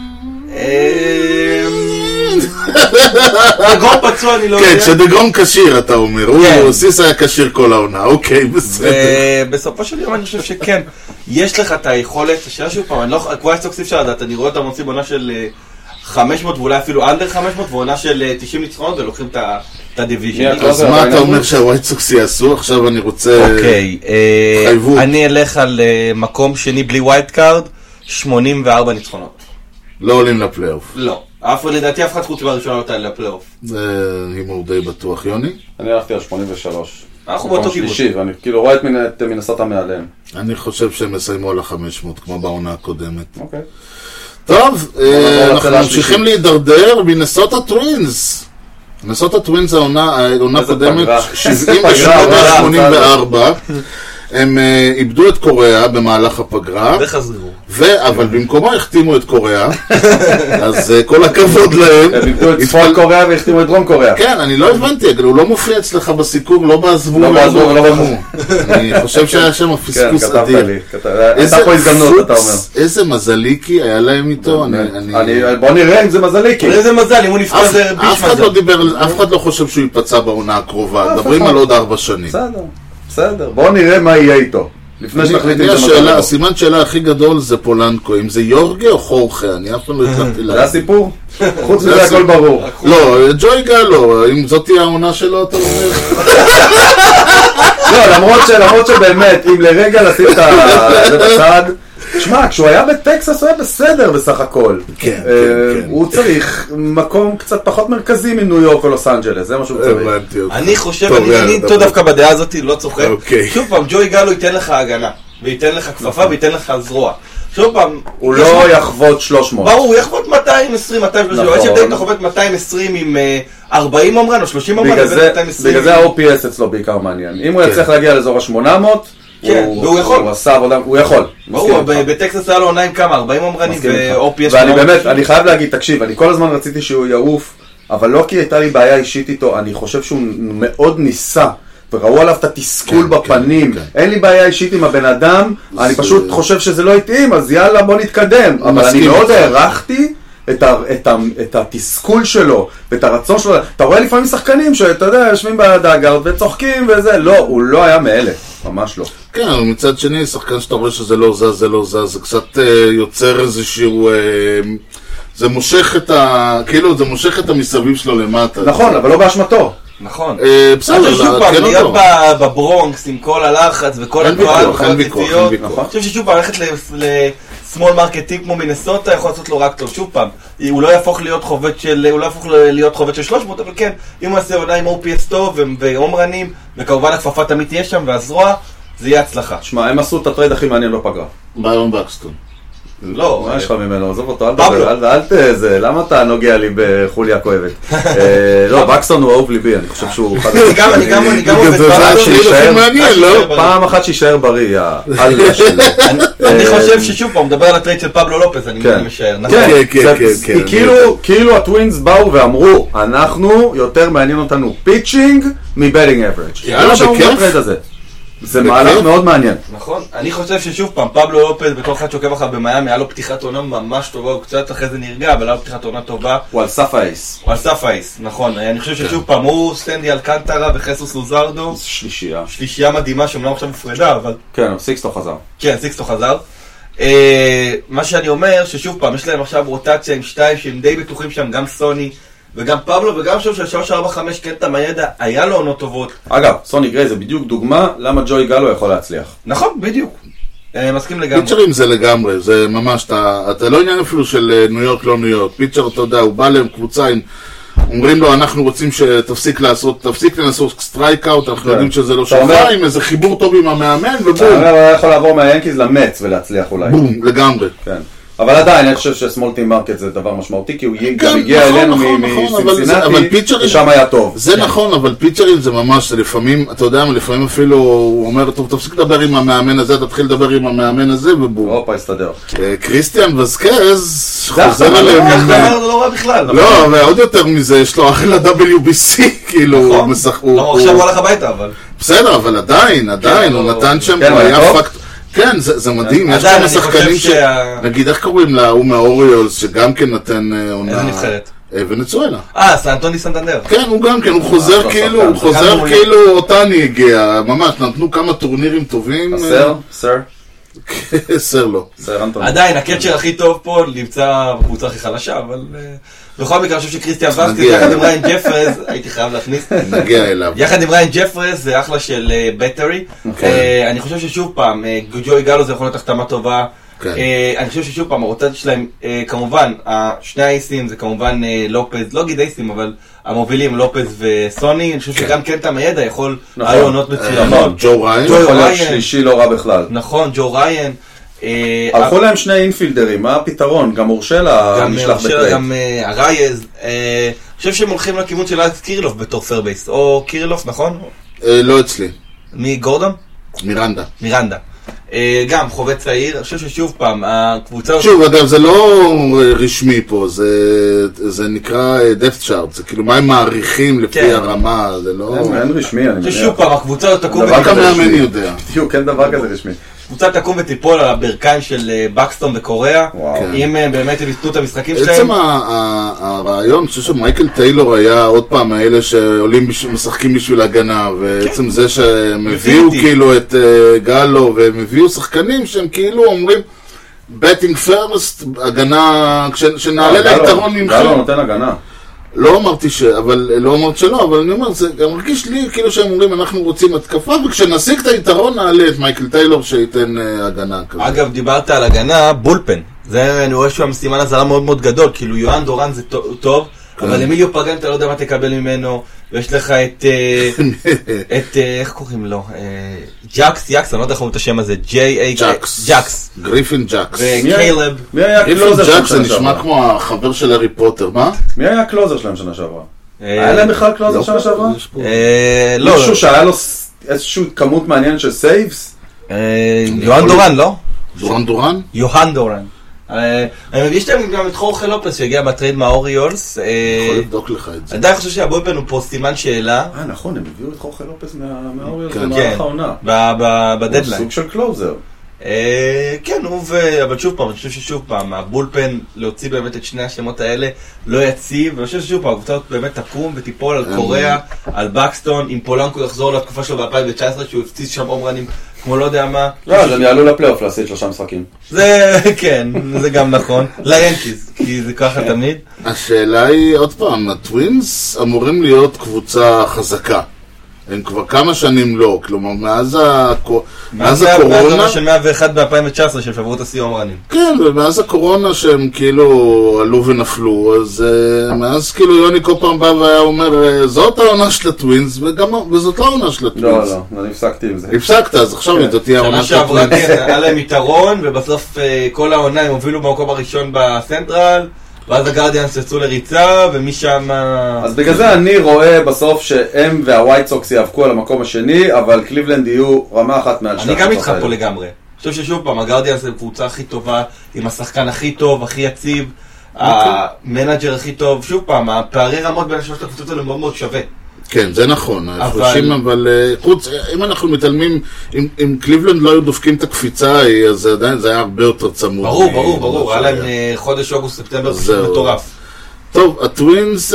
דגרון פצוע אני לא יודע. כן, כשדגרון קשיר אתה אומר, סיס היה קשיר כל העונה, אוקיי, בסדר. בסופו של יום אני חושב שכן, יש לך את היכולת, השאלה שוב פעם, קווייס סוקס אפשר לדעת, אני רואה אותם מוצאים בעונה של 500 ואולי אפילו אנדר 500 ועונה של 90 ניצחונות ולוקחים את הדיוויז'ן. אז מה אתה אומר שהווייט סוקס יעשו? עכשיו אני רוצה... אוקיי, אני אלך על מקום שני בלי ווייט קארד, 84 ניצחונות. לא עולים לפלייאוף. לא. לדעתי אף אחד חוץ בראשונה לא תעלה לפלייאוף. זה הימור די בטוח, יוני? אני הלכתי על 83. אנחנו באותו כיוון. ואני כאילו רואה את מנסתה מעליהם. אני חושב שהם מסיימו על 500, כמו בעונה הקודמת. אוקיי. טוב, אנחנו ממשיכים להידרדר. מנסוטה טווינס. מנסוטה טווינס העונה קודמת 78-84. הם איבדו את קוריאה במהלך הפגרה. וחזרו. אבל במקומה החתימו את קוריאה, אז כל הכבוד להם. הם איבדו את צפון קוריאה והחתימו את דרום קוריאה. כן, אני לא הבנתי, הוא לא מופיע אצלך בסיקור, לא בעזבו. אני חושב שהיה שם פספוס אדיר. הייתה פה הזדמנות, אתה אומר. איזה מזליקי היה להם איתו. בוא נראה אם זה מזליקי. איזה מזל, אם הוא נפצע זה ביש מזל. אף אחד לא חושב שהוא ייפצע בעונה הקרובה. מדברים על עוד 4 שנים. בסדר, בואו נראה מה יהיה איתו. לפני שנחליט אם זה מזל. הסימן שאלה הכי גדול זה פולנקו, אם זה יורגי או חורכי, אני אף פעם לא הצלחתי לה. זה הסיפור? חוץ מזה הכל ברור. לא, ג'וי גלו, אם זאת תהיה העונה שלו, אתה אומר. לא, למרות שבאמת, אם לרגע לשים את זה בצד, תשמע, כשהוא היה בטקסס הוא היה בסדר בסך הכל. כן. הוא צריך מקום קצת פחות מרכזי מניו יורק או לוס אנג'לס, זה מה שהוא צריך. אני חושב, אני טוב דווקא בדעה הזאת, לא צוחק. שוב פעם, ג'וי גלו ייתן לך הגנה, וייתן לך כפפה, וייתן לך זרוע. שוב פעם, הוא לא יחוות 300. ברור, הוא יחוות 200, 220, 230, יש הבדל אתה חובט 220 עם 40 עומרן או 30 עומרן, בגלל זה ה-OPS אצלו בעיקר מעניין. אם הוא יצליח להגיע לאזור ה-800, הוא יכול. הוא עשה עבודה, הוא יכול. ברור, בטקסס היה לו עונה עם כמה, 40 עומרנים ו-OPS. ואני באמת, אני חייב להגיד, תקשיב, אני כל הזמן רציתי שהוא יעוף, אבל לא כי הייתה לי בעיה אישית איתו, אני חושב שהוא מאוד ניסה. וראו עליו את התסכול בפנים. אין לי בעיה אישית עם הבן אדם, אני פשוט חושב שזה לא התאים, אז יאללה בוא נתקדם. אבל אני מאוד הערכתי את התסכול שלו ואת הרצון שלו. אתה רואה לפעמים שחקנים שאתה יודע, יושבים בדאגאוט וצוחקים וזה. לא, הוא לא היה מאלה, ממש לא. כן, אבל מצד שני, שחקן שאתה רואה שזה לא זז, זה לא זז, זה קצת יוצר איזשהו... זה מושך את המושך את המסביב שלו למטה. נכון, אבל לא באשמתו. נכון. בסדר, שוב פעם, להיות בברונקס עם כל הלחץ וכל הקהל וכל הציציות. אני חושב ששוב פעם, ללכת לסמול מרקטים כמו מינסוטה יכול לעשות לו רק טוב. שוב פעם, הוא לא יהפוך להיות חובט של 300, אבל כן, אם הוא יעשה עונה עם OPS טוב ועומרנים, וכמובן הכפפה תמיד תהיה שם והזרוע, זה יהיה הצלחה. שמע, הם עשו את הטרייד הכי מעניין בפגרה. ברון בקסטון. לא, מה יש לך ממנו? עזוב אותו, אל תזה, למה אתה נוגע לי בחוליה כואבת? לא, בקסטון הוא אהוב ליבי, אני חושב שהוא... אני גם עובד פעם אחת שישאר בריא, אני חושב ששוב פעם, מדבר על הטרייד של פבלו לופס, אני משער. כן, כאילו הטווינס באו ואמרו, אנחנו יותר מעניין אותנו פיצ'ינג מבטינג אברג'. זה מהלך מאוד מעניין. נכון, אני חושב ששוב פעם, פבלו לופז בתור אחד שעוקב אחריו במיימי, היה לו פתיחת עונה ממש טובה, הוא קצת אחרי זה נרגע, אבל היה לו פתיחת עונה טובה. הוא על סף האייס. הוא על סף האייס, נכון. אני חושב ששוב פעם, הוא סטנדי אלקנטרה וחסוס לוזרדו. שלישייה. שלישייה מדהימה, שאומנם עכשיו מופרדה, אבל... כן, סיקסטו חזר. כן, סיקסטו חזר. מה שאני אומר, ששוב פעם, יש להם עכשיו רוטציה עם 2 שהם די בטוחים שם, גם סוני וגם פבלו, וגם שוב של 3-4-5 קנטה מהידע, היה לו עונות טובות. אגב, סוני גריי זה בדיוק דוגמה למה ג'וי גלו יכול להצליח. נכון, בדיוק. מסכים לגמרי. פיצ'רים זה לגמרי, זה ממש, אתה לא עניין אפילו של ניו יורק, לא ניו יורק. פיצ'ר, אתה יודע, הוא בא להם קבוצה עם, אומרים לו, אנחנו רוצים שתפסיק לנסות סטרייקאוט, אנחנו יודעים שזה לא שלך, עם איזה חיבור טוב עם המאמן, ובום. אתה יכול לעבור מהיאנקיז למץ ולהצליח אולי. בום, לגמרי. כן. אבל עדיין, אני חושב שסמול טים מרקט זה דבר משמעותי, כי הוא גם הגיע אלינו מסינסינטי, ושם היה טוב. זה נכון, אבל פיצ'רים זה ממש, לפעמים, אתה יודע, לפעמים אפילו, הוא אומר, טוב, תפסיק לדבר עם המאמן הזה, תתחיל לדבר עם המאמן הזה, ובום. אופה, הסתדר. קריסטיאן וזקז, חוזר עליהם. זה לא רע בכלל. לא, ועוד יותר מזה, יש לו אחלה WBC, כאילו, הוא משחק. לא, עכשיו הוא הלך הביתה, אבל. בסדר, אבל עדיין, הוא נתן שם, הוא היה פקט. כן, זה מדהים, יש כמה שחקנים נגיד, איך קוראים לה, הוא מהאוריולס, שגם כן נתן עונה... איזה נבחרת? ונצואלה. סנטוני סנטנדר. כן, הוא גם כן, הוא חוזר כאילו אותני הגיע, ממש, נתנו כמה טורנירים טובים. סר? סר לא. עדיין, הקצ'ר הכי טוב פה נמצא בקבוצה הכי חלשה, אבל... בכל מקרה, אני חושב שקריסטיאן וסקס, יחד עם ריין ג'פרס, הייתי חייב להכניס. נגיע אליו. יחד עם ריין ג'פרס, זה אחלה של בטרי. אני חושב ששוב פעם, ג'וי גלו זה יכול להיות החתמה טובה. אני חושב ששוב פעם, הרוטציה שלהם, כמובן, שני האייסים זה כמובן לופז, לא גיד אייסים, אבל המובילים לופז וסוני, אני חושב שגם קנטה מהידע יכול לעונות מצוינות. ג'ו ריין. יכול להיות שלישי לא רע בכלל. נכון, ג'ו ריין. הלכו להם שני אינפילדרים, מה הפתרון? גם אורשלה נשלח בטרייד. גם הרייז. אני חושב שהם הולכים לכיוון של אלכס קירילוף בתור פרבייס. או קירילוף, נכון? לא אצלי. מי גורדון? מירנדה. גם חובט צעיר. אני חושב ששוב פעם, הקבוצה... שוב, אגב, זה לא רשמי פה, זה נקרא depth chart, זה כאילו מה הם מעריכים לפי הרמה, זה לא... אין רשמי, אני מניח. ששוב פעם, הקבוצה תקום... רק המאמן יודע. בדיוק, אין דבר כזה רשמי. קבוצה תקום ותיפול על הברכיים של בקסטון בקוריאה, אם באמת הם יסתו את המשחקים שלהם. בעצם הרעיון, אני חושב שמייקל טיילור היה עוד פעם האלה שעולים משחקים בשביל הגנה, ובעצם זה שהם הביאו כאילו את גלו, והם הביאו שחקנים שהם כאילו אומרים, betting first, הגנה, כשנעלה ליתרון ממך. גלו נותן הגנה. לא אמרתי לא אמרת שלא, אבל אני אומר, זה גם מרגיש לי כאילו שהם אומרים, אנחנו רוצים התקפה, וכשנשיג את היתרון נעלה את מייקל טיילור שייתן הגנה כזה. אגב, דיברת על הגנה, בולפן. זה, אני רואה שהוא סימן הזרה מאוד מאוד גדול, כאילו יואן דורן זה טוב, אבל אמיליו פרגן אתה לא יודע מה תקבל ממנו, ויש לך את, איך קוראים לו? ג'קס, אני לא יודע איך אומרים את השם הזה, ג'קס. גריפין ג'קס. וקיילב. מי היה הקלוזר שלהם שנה שעברה? זה נשמע כמו החבר של הארי פוטר, מה? מי היה הקלוזר שלהם שנה שעברה? היה להם בכלל קלוזר שנה שעברה? לא. מישהו שהיה לו איזושהי כמות מעניינת של סייבס? יוהן דורן, לא? דורן? יוהן דורן. יש להם גם את חורכה לופס שהגיע בטרייד מהאוריולס. יכול לבדוק לך את זה. עדיין חושב שהבויפן הוא פה סימן שאלה. נכון, הם הביאו את חורכה לופס מהאוריולס במהלך העונה. בדדליין. הוא סוג של קלוזר. כן, אבל שוב פעם, אני חושב ששוב פעם, הבולפן להוציא באמת את שני השמות האלה לא יציב, ואני חושב ששוב פעם, הקבוצה באמת תקום ותיפול על קוריאה, על בקסטון, אם פולנקו יחזור לתקופה שלו ב-2019 שהוא הפציץ שם עומרנים כמו לא יודע מה. לא, אז הם יעלו לפלייאוף להסיד 3 משחקים. זה, כן, זה גם נכון. ליאנקיז, כי זה ככה תמיד. השאלה היא, עוד פעם, הטווינס אמורים להיות קבוצה חזקה. הם כבר כמה שנים לא, כלומר, מאז הקורונה... מאז של 101 ב-2019 שהם שברו את השיא עומרנים. כן, ומאז הקורונה שהם כאילו עלו ונפלו, אז מאז כאילו יוני כל פעם בא והיה אומר, זאת העונה של הטווינס, וזאת לא העונה של הטווינס. לא, אני הפסקתי עם זה. הפסקת, אז עכשיו זאת תהיה העונה של הטווינס. היה להם יתרון, ובסוף כל העונה הם הובילו במקום הראשון בסנטרל, ואז הגרדיאנס יצאו לריצה, ומשם... אז בגלל זה אני רואה בסוף שהם והווייט סוקס יאבקו על המקום השני, אבל קליבלנד יהיו רמה אחת מעל שתי. אני גם איתך פה לגמרי. אני חושב ששוב פעם, הגרדיאנס זה קבוצה הכי טובה, עם השחקן הכי טוב, הכי יציב, המנאג'ר הכי טוב. שוב פעם, הפערי רמות בין שלושת הקבוצות האלה מאוד מאוד שווה. כן, זה נכון, אבל חוץ, אם אנחנו מתעלמים, אם קליבלנד לא היו דופקים את הקפיצה, אז עדיין זה היה הרבה יותר צמוד. ברור, היה להם חודש אוגוסט-ספטמבר פשוט מטורף. טוב, הטווינס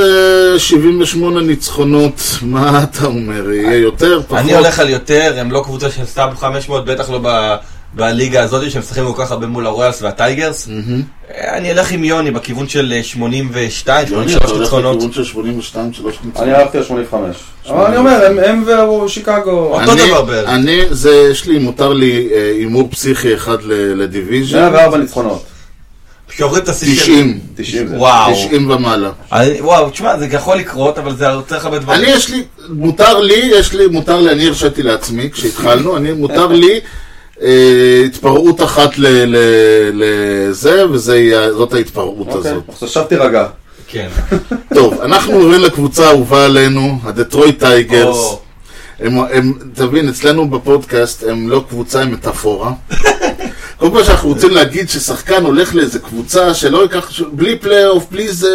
78 ניצחונות, מה אתה אומר? יהיה יותר, פחות? אני הולך על יותר, הם לא קבוצה של סתם 500, בטח לא בליגה הזאת שהם משחקים כל כך הרבה מול הרויאלס והטייגרס. אני אלך עם יוני בכיוון של 82, 83 ניצחונות. בכיוון של 82, 3 ניצחונות. אני הלכתי על 85. אבל אני אומר, הם ושיקגו. אותו דבר בערך. יש לי, מותר לי אימור פסיכי אחד לדיוויז'ן. 104 ניצחונות. שעוברים את השיא 90. 90 ומעלה. וואו, תשמע, זה יכול לקרות, אבל זה צריך הרבה דברים. מותר לי, אני הרשיתי לעצמי כשהתחלנו, מותר לי התפרעות אחת לזה, וזאת ההתפרעות הזאת. עכשיו תירגע. כן. טוב, אנחנו עוברים לקבוצה האהובה עלינו, הדטרויט טייגרס. תבין, אצלנו בפודקאסט הם לא קבוצה, הם מטאפורה. כל פעם שאנחנו רוצים להגיד ששחקן הולך לאיזה קבוצה שלא ייקח, בלי פלייאוף,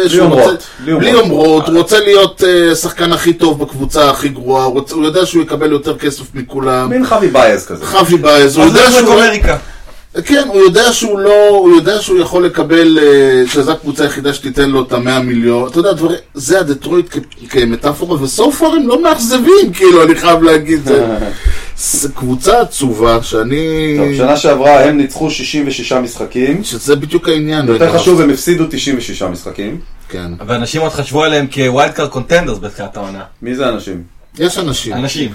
בלי אומרות, הוא רוצה להיות שחקן הכי טוב בקבוצה הכי גרועה, הוא יודע שהוא יקבל יותר כסף מכולם. מין חווי בייז כזה. חווי בייז, הוא יודע שהוא... כן, הוא יודע שהוא יכול לקבל, שזו הקבוצה היחידה שתיתן לו את 100 מיליון, אתה יודע, זה הדטרויט כמטאפורה, וסופר הם לא מאכזבים, כאילו, אני חייב להגיד, זה קבוצה עצובה שאני... טוב, שנה שעברה הם ניצחו 66 משחקים. שזה בדיוק העניין. יותר חשוב, הם הפסידו 96 משחקים. כן. אבל אנשים עוד חשבו עליהם כווילד קארד קונטנדרס בתחילת העונה. מי זה אנשים? יש אנשים.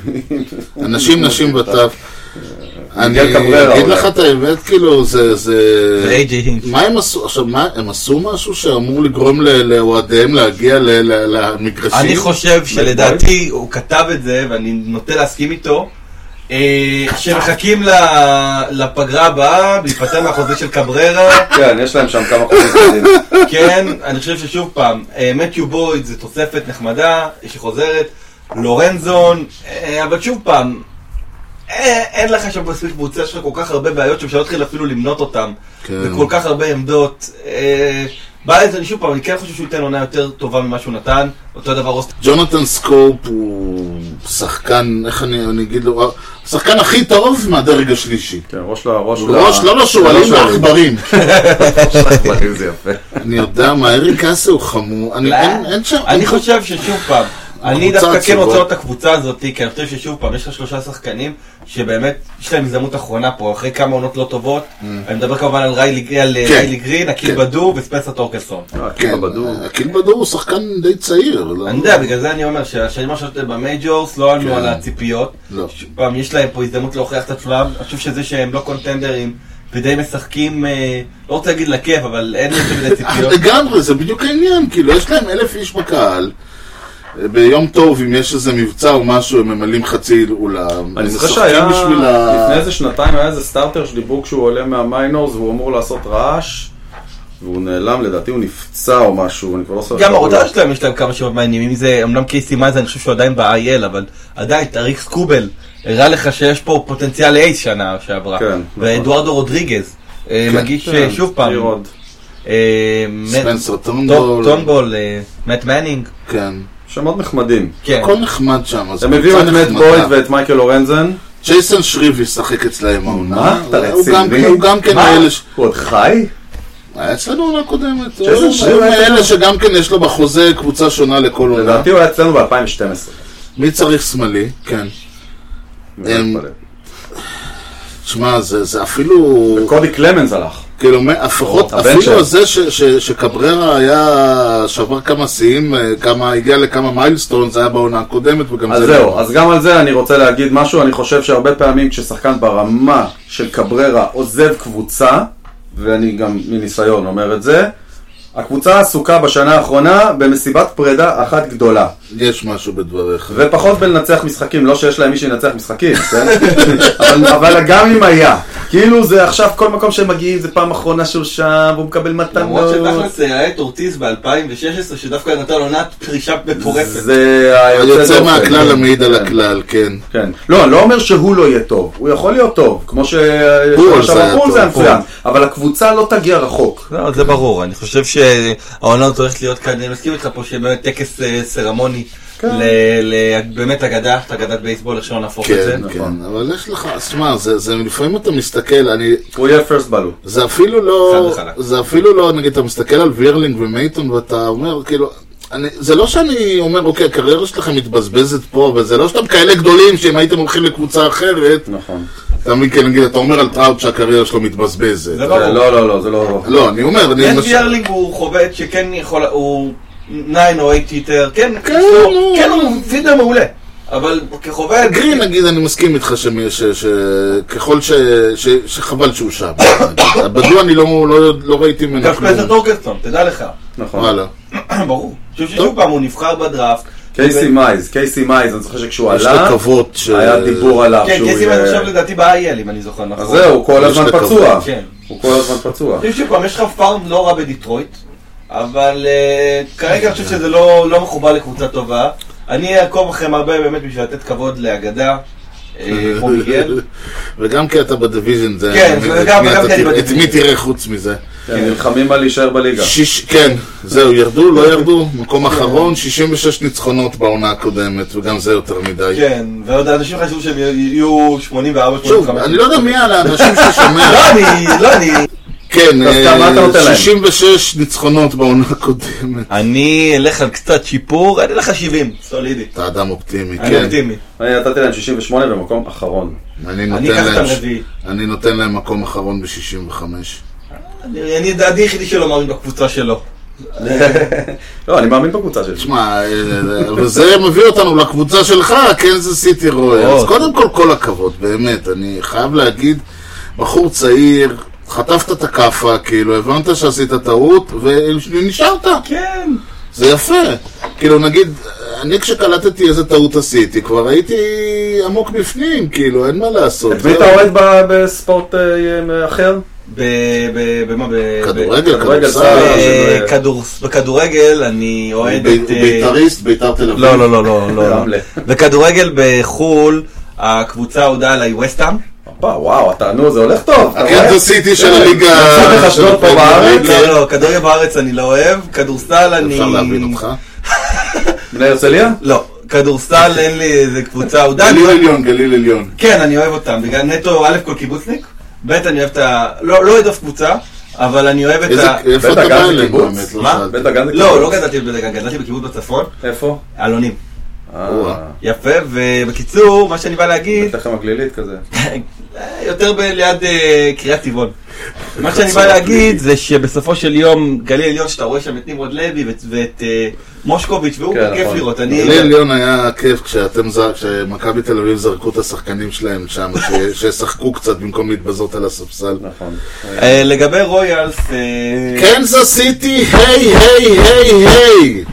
נשים בטף. אני אגיד לך את האמת, כאילו, זה... מה הם עשו? עכשיו, הם עשו משהו שאמור לגרום לאוהדיהם להגיע למגרשים? אני חושב שלדעתי הוא כתב את זה, ואני נוטה להסכים איתו, שמחכים לפגרה הבאה, להיפטר מהחוזה של קבררה. כן, יש להם שם כמה חוזים. כן, אני חושב ששוב פעם, מתיו בויד זה תוספת נחמדה, שחוזרת, לורנזון, אבל שוב פעם, אין לך שם בסביב קבוצה שלך כל כך הרבה בעיות שאפשר להתחיל אפילו למנות אותם, וכל כך הרבה עמדות. בא לזה, שוב פעם, אני כן חושב שהוא ייתן עונה יותר טובה ממה שהוא נתן, אותו דבר רוסט. ג'ונתן סקופ הוא שחקן, איך אני אגיד לו, השחקן הכי טוב מהדרג השלישי. כן, ראש לא שועלים לעכברים. ראש לעכברים זה יפה. אני יודע מה, אריק אסה הוא חמור, אני חושב ששוב פעם, אני דווקא כן רוצה את הקבוצה הזאת, כי אני חושב ששוב פעם, יש לך 3 שחקנים שבאמת יש להם הזדמנות אחרונה פה, אחרי כמה עונות לא טובות. אני מדבר כמובן על ריילי גרין, אקיל בדור וספנסר טורקלסון. אקיל בדור הוא שחקן די צעיר. אני יודע, בגלל זה אני אומר שהשנים השונות במייג'ורס לא עלו על הציפיות. פעם יש להם פה הזדמנות להוכיח את עצמם. אני חושב שזה שהם לא קונטנדרים ודי משחקים, לא רוצה להגיד לכיף, אבל אין יותר מדי ציפיות. לגמרי, זה בדיוק העניין, כאילו יש להם 1,000 איש בקהל. ביום טוב, אם יש איזה מבצע או משהו, הם ממלאים חצי אולם. אני זוכר שהיה, לפני איזה שנתיים היה איזה סטארטר שדיברו כשהוא עולה מהמיינורס, והוא אמור לעשות רעש, והוא נעלם, לדעתי הוא נפצע או משהו, אני כבר לא סופר. גם הרוטה שלהם יש להם כמה שמות מעניינים, אם זה, אמנם קייסי מייז, אני חושב שהוא עדיין ב-IL, אבל עדיין, תאריך סקובל, הראה לך שיש פה פוטנציאל אייס שנה שעברה. כן. ואדוארדו רודריגז, מגיש שוב פעם. ספנסר טונבול, מאט מנינג. כן. שמות נחמדים. הכל נחמד שם. הם הביאו את מאט בויד ואת מייקל אורנזן. ג'ייסון שריב ישחק אצלהם העונה. מה? אתה רציני? הוא גם כן מאלה הוא עוד חי? היה אצלנו עונה קודמת. הוא מאלה שגם כן יש לו בחוזה קבוצה שונה לכל עונה. לדעתי הוא היה אצלנו ב-2012. מי צריך שמאלי? כן. תשמע, זה אפילו... וקודי קלמנס הלך. כאילו, אפילו זה שקבררה היה שבר כמה שיאים, הגיע לכמה מיילסטון, זה היה בעונה הקודמת וגם אז זהו, אז גם על זה אני רוצה להגיד משהו, אני חושב שהרבה פעמים כששחקן ברמה של קבררה עוזב קבוצה, ואני גם מניסיון אומר את זה, הקבוצה עסוקה בשנה האחרונה במסיבת פרידה אחת גדולה. יש משהו בדבריך. ופחות בלנצח משחקים, לא שיש להם מי שינצח משחקים, כן? אבל גם אם היה. כאילו זה עכשיו כל מקום שהם מגיעים, זה פעם אחרונה שהוא שם, והוא מקבל מתנות. למרות שתכלס היה את אורטיז ב-2016, שדווקא נתן עונת פרישה מטורפת. זה היוצא מהכלל המעיד על הכלל, כן. כן. לא, אני לא אומר שהוא לא יהיה טוב. הוא יכול להיות טוב, כמו שפול זה מצוין. אבל הקבוצה לא תגיע רחוק. זה ברור, אני חושב שהעונה הולכת להיות כאן, אני מסכים איתך פה שבאמת טקס סרמוני באמת אגדת בייסבול, איך שלא נהפוך את זה. כן, אבל יש לך, תשמע, לפעמים אתה מסתכל, הוא יהיה פרסט בלו. זה אפילו לא, נגיד, אתה מסתכל על וירלינג ומייטון ואתה אומר, כאילו, זה לא שאני אומר, אוקיי, הקריירה שלכם מתבזבזת פה, וזה לא שאתם כאלה גדולים שאם הייתם הולכים לקבוצה אחרת, נכון. אתה אומר על טראוט שהקריירה שלו מתבזבזת. לא, זה לא. לא, אני אומר, וירלינג הוא חובד שכן יכול, הוא 9 או 8 היטר, כן, הוא פידר מעולה. אבל כחובד... גרין, נגיד, אני מסכים איתך שככל שחבל שהוא שם. בדו אני לא ראיתי ממנו. גם ספנסר טורקלסון, תדע לך. נכון. וואלה. ברור. שוב פעם הוא נבחר בדראפט. קייסי מייז, אני זוכר שכשהוא עלה, יש לקוות היה דיבור עליו. כן, קייסי מייז עכשיו לדעתי ב-IL, אם אני זוכר נכון. אז זהו, הוא כל הזמן פצוע. הוא כל הזמן פצוע. שוב פעם, יש לך פארם לא רע בדיטרויט, אבל כרגע אני חושב שזה לא מחובר לקבוצה טובה. אני אעקוב אחריהם הרבה באמת בשביל לתת כבוד לאגדה, כמו מיגל. וגם כי אתה בדיוויז'ן, את מי תראה חוץ מזה? נלחמים על להישאר בליגה. כן, זהו, ירדו, לא ירדו, מקום אחרון, 66 ניצחונות בעונה הקודמת, וגם זה יותר מדי. כן, ועוד האנשים חשבו שהם יהיו 84, 85. שוב, אני לא יודע מי על האנשים ששומע. לא, אני... כן, 66 ניצחונות בעונה הקודמת. אני אלך על קצת שיפור, אני אלך על 70, סולידי. אתה אדם אופטימי, כן. אני אופטימי. אני נתתי להם 68 במקום אחרון. אני נותן להם מקום אחרון ב-65. אני דעתי יחידי שלא מאמין בקבוצה שלו. לא, אני מאמין בקבוצה שלי. תשמע, וזה מביא אותנו לקבוצה שלך, קנזס סיטי רויאלס. קודם כל הכבוד, באמת, אני חייב להגיד, בחור צעיר, חטפת את הכאפה, כאילו, הבנת שעשית טעות, ונשארת. כן. זה יפה. כאילו, נגיד, אני כשקלטתי איזה טעות עשיתי, כבר הייתי עמוק בפנים, כאילו, אין מה לעשות. את מי אתה אוהד בספורט אחר? במה? כדורגל, בכדורגל אני אוהד את... בית"ר תל אביב. לא. בכדורגל בחול, הקבוצה הודעה עליי ווסטהאם. וואו, זה הולך טוב. קנזס סיטי של הליגה... לא, כדורגל בארץ אני לא אוהב, כדורסל אני... אפשר להבין אותך? בני הרצליה? לא, כדורסל אין לי איזה קבוצה הודעה. גליל עליון. כן, אני אוהב אותם, בגלל נטו א' כל קיבוצניק, ב' אני אוהב את ה... לא אוהב אף קבוצה, אבל אני אוהב את ה... איפה אתה גר לקיבוץ? מה? לא גדלתי בבית הגן, גדלתי בקיבוץ בצפון. איפה? אלונים. יפה, ובקיצור, מה שאני בא להגיד... בטח הגלילית כזה. יותר ליד קריית טבעון. מה שאני בא להגיד זה שבסופו של יום גליל עליון שאתה רואה שם את נמרוד לוי ואת מושקוביץ' והוא כיף לראות. גליל עליון היה כיף כשמכבי תל אביב זרקו את השחקנים שלהם שם, ששחקו קצת במקום להתבזות על הספסל. נכון. לגבי רויאלס... קנזס סיטי, היי.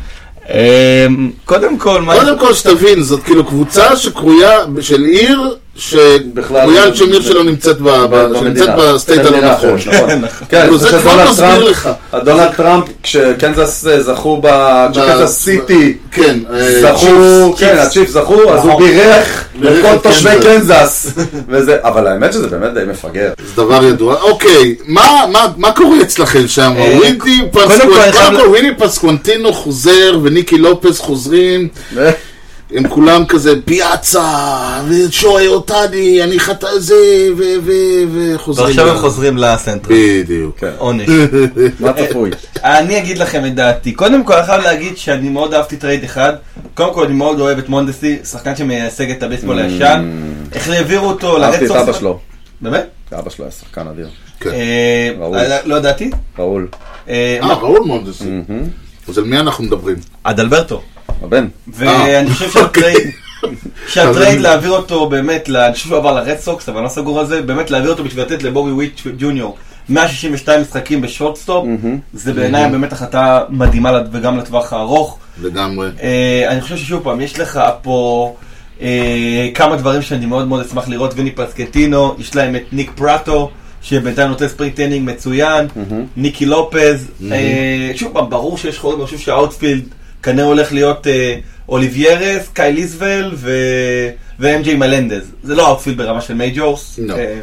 קודם כל שתבין, זאת כאילו קבוצה שקרויה של עיר שקרויה על שם עיר שלא נמצאת בסטייט הלא נכון. כן, זה כבר מסביר לך. דונלד טראמפ, כשקנזס זכו, כשקנזס סיטי זכו, הצ'יפ זכו, אז הוא בירך לכל תושבי קנזס. אבל האמת שזה באמת די מפגר. זה דבר ידוע. אוקיי, מה קורה אצלכם שם? וויני פסקוונטינו חוזר וניקי לופס חוזרים. הם כולם כזה פיאצה ושואי אותני, אני חטא זה וחוזרים. ועכשיו הם חוזרים לסנטר. בדיוק. עונש. מה צפוי? אני אגיד לכם את דעתי. קודם כל אני חייב להגיד שאני מאוד אהבתי טרייד אחד. קודם כל אני מאוד אוהב את מונדסי, שחקן שמייצג את הבייסבול הישן. איך העבירו אותו לרד סוקס? אהבתי את אבא שלו. באמת? אבא שלו היה שחקן אדיר. לא ידעתי? ראול. ראול מונדסי. אז על מי אנחנו מדברים? אדלברטו. הבן. ואני חושב שהטרייד להעביר אותו באמת, אני חושב שהוא עבר לרד סוקס, אבל אני לא סגור על זה, באמת להעביר אותו בשביל לתת לבובי וויט ג'וניור 162 משחקים בשורטסטופ, זה בעיניי באמת החלטה מדהימה וגם לטווח הארוך. לגמרי. אני חושב ששוב פעם, יש לך פה כמה דברים שאני מאוד מאוד אשמח לראות. ויני פסקטינו, יש להם את ניק פרטו, שבינתיים נותן ספרינג טרנינג מצוין, ניקי לופז, שוב פעם, ברור שיש חורים, אני חושב שהאוטפילד כנראה הולך להיות אוליביירס, קאי ליזבל ואם.ג'יי מלנדז. זה לא האוטפילד ברמה של מייג'ורס.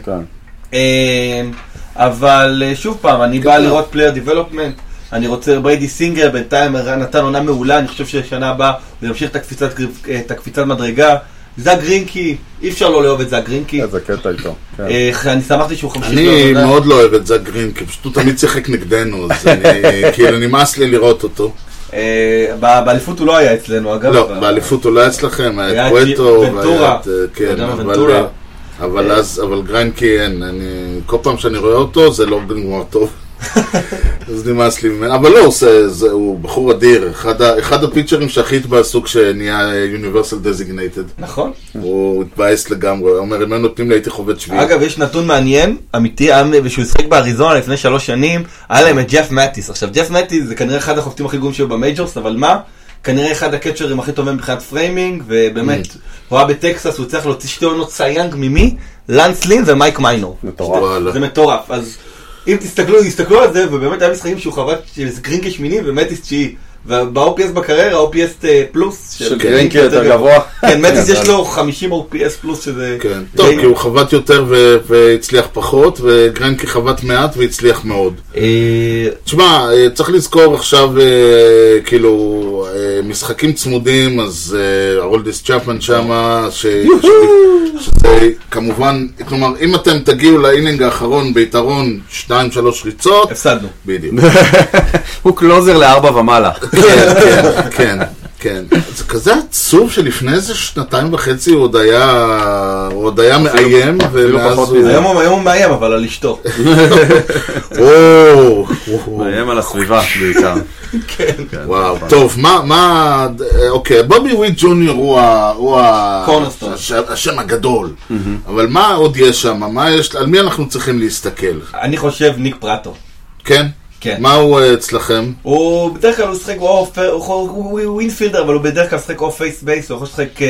אבל שוב פעם, אני בא לראות פלייר דיבלופמנט, אני רוצה בריידי סינגר, בינתיים נתן עונה מעולה, אני חושב ששנה הבאה הוא ימשיך את הקפיצת מדרגה. זאק גרינקי, אי אפשר לא לאהוב את זאק גרינקי. איזה קטע איתו. אני שמחתי שהוא 50. אני מאוד לא אוהב את זאק גרינקי, פשוט הוא תמיד שיחק נגדנו, אז כאילו נמאס לי לראות אותו. באליפות הוא לא היה אצלנו, אגב. לא, באליפות הוא לא היה אצלכם, היה את פואטו, אבל גרינקי אין, כל פעם שאני רואה אותו זה לא נגמר טוב. אז נמאס לי ממנו, אבל לא, הוא בחור אדיר, אחד הפיצ'רים שהכי התבאסו כשנהיה Universal Designated. נכון. הוא התבאס לגמרי, הוא אומר, אם הם נותנים לי הייתי חובד שביעי. אגב, יש נתון מעניין, אמיתי, ושהוא ישחק באריזונה לפני 3 שנים, היה להם את ג'ף מטיס. עכשיו, ג'ף מטיס זה כנראה אחד החובטים הכי גרועים שלו במייג'ורס, אבל מה? כנראה אחד הקצ'רים הכי טובים מבחינת פריימינג, ובאמת, הוא היה בטקסס, הוא צריך להוציא 2 עונות סייאנג ממי? לנס לין ומייק מיינור. מטורף. זה מטורף, אז אם תסתכלו על זה, ובאמת היה משחקים שהוא חוות גרינקי שמיני ומטיס 9, וב-OPS בקריירה, OPS פלוס של גרינקי יותר גבוה. כן, מטיס יש לו 50 OPS פלוס שזה... כן, טוב, כי הוא חוות יותר והצליח פחות, וגרינקי חוות מעט והצליח מאוד. תשמע, צריך לזכור עכשיו, כאילו, משחקים צמודים, אז הרולדיס צ'אפמן שמה, שזה כמובן, כלומר, אם אתם תגיעו לאינינג האחרון ביתרון 2-3 ריצות, הפסדנו. בדיוק. הוא קלוזר ל4 ומעלה. כן. זה כזה עצוב שלפני איזה 2.5 הוא עוד היה מאיים, היום הוא מאיים, אבל על אשתו. מאיים על הסביבה בעיקר. וואו, טוב, אוקיי, בובי וויט ג'וניור הוא השם הגדול, אבל מה עוד יש שם? על מי אנחנו צריכים להסתכל? אני חושב ניק פרטו. כן? מה הוא אצלכם? הוא בדרך כלל הוא שחק, הוא ווינפילדר, אבל הוא בדרך כלל שחק או פייס בייס, הוא יכול לשחק,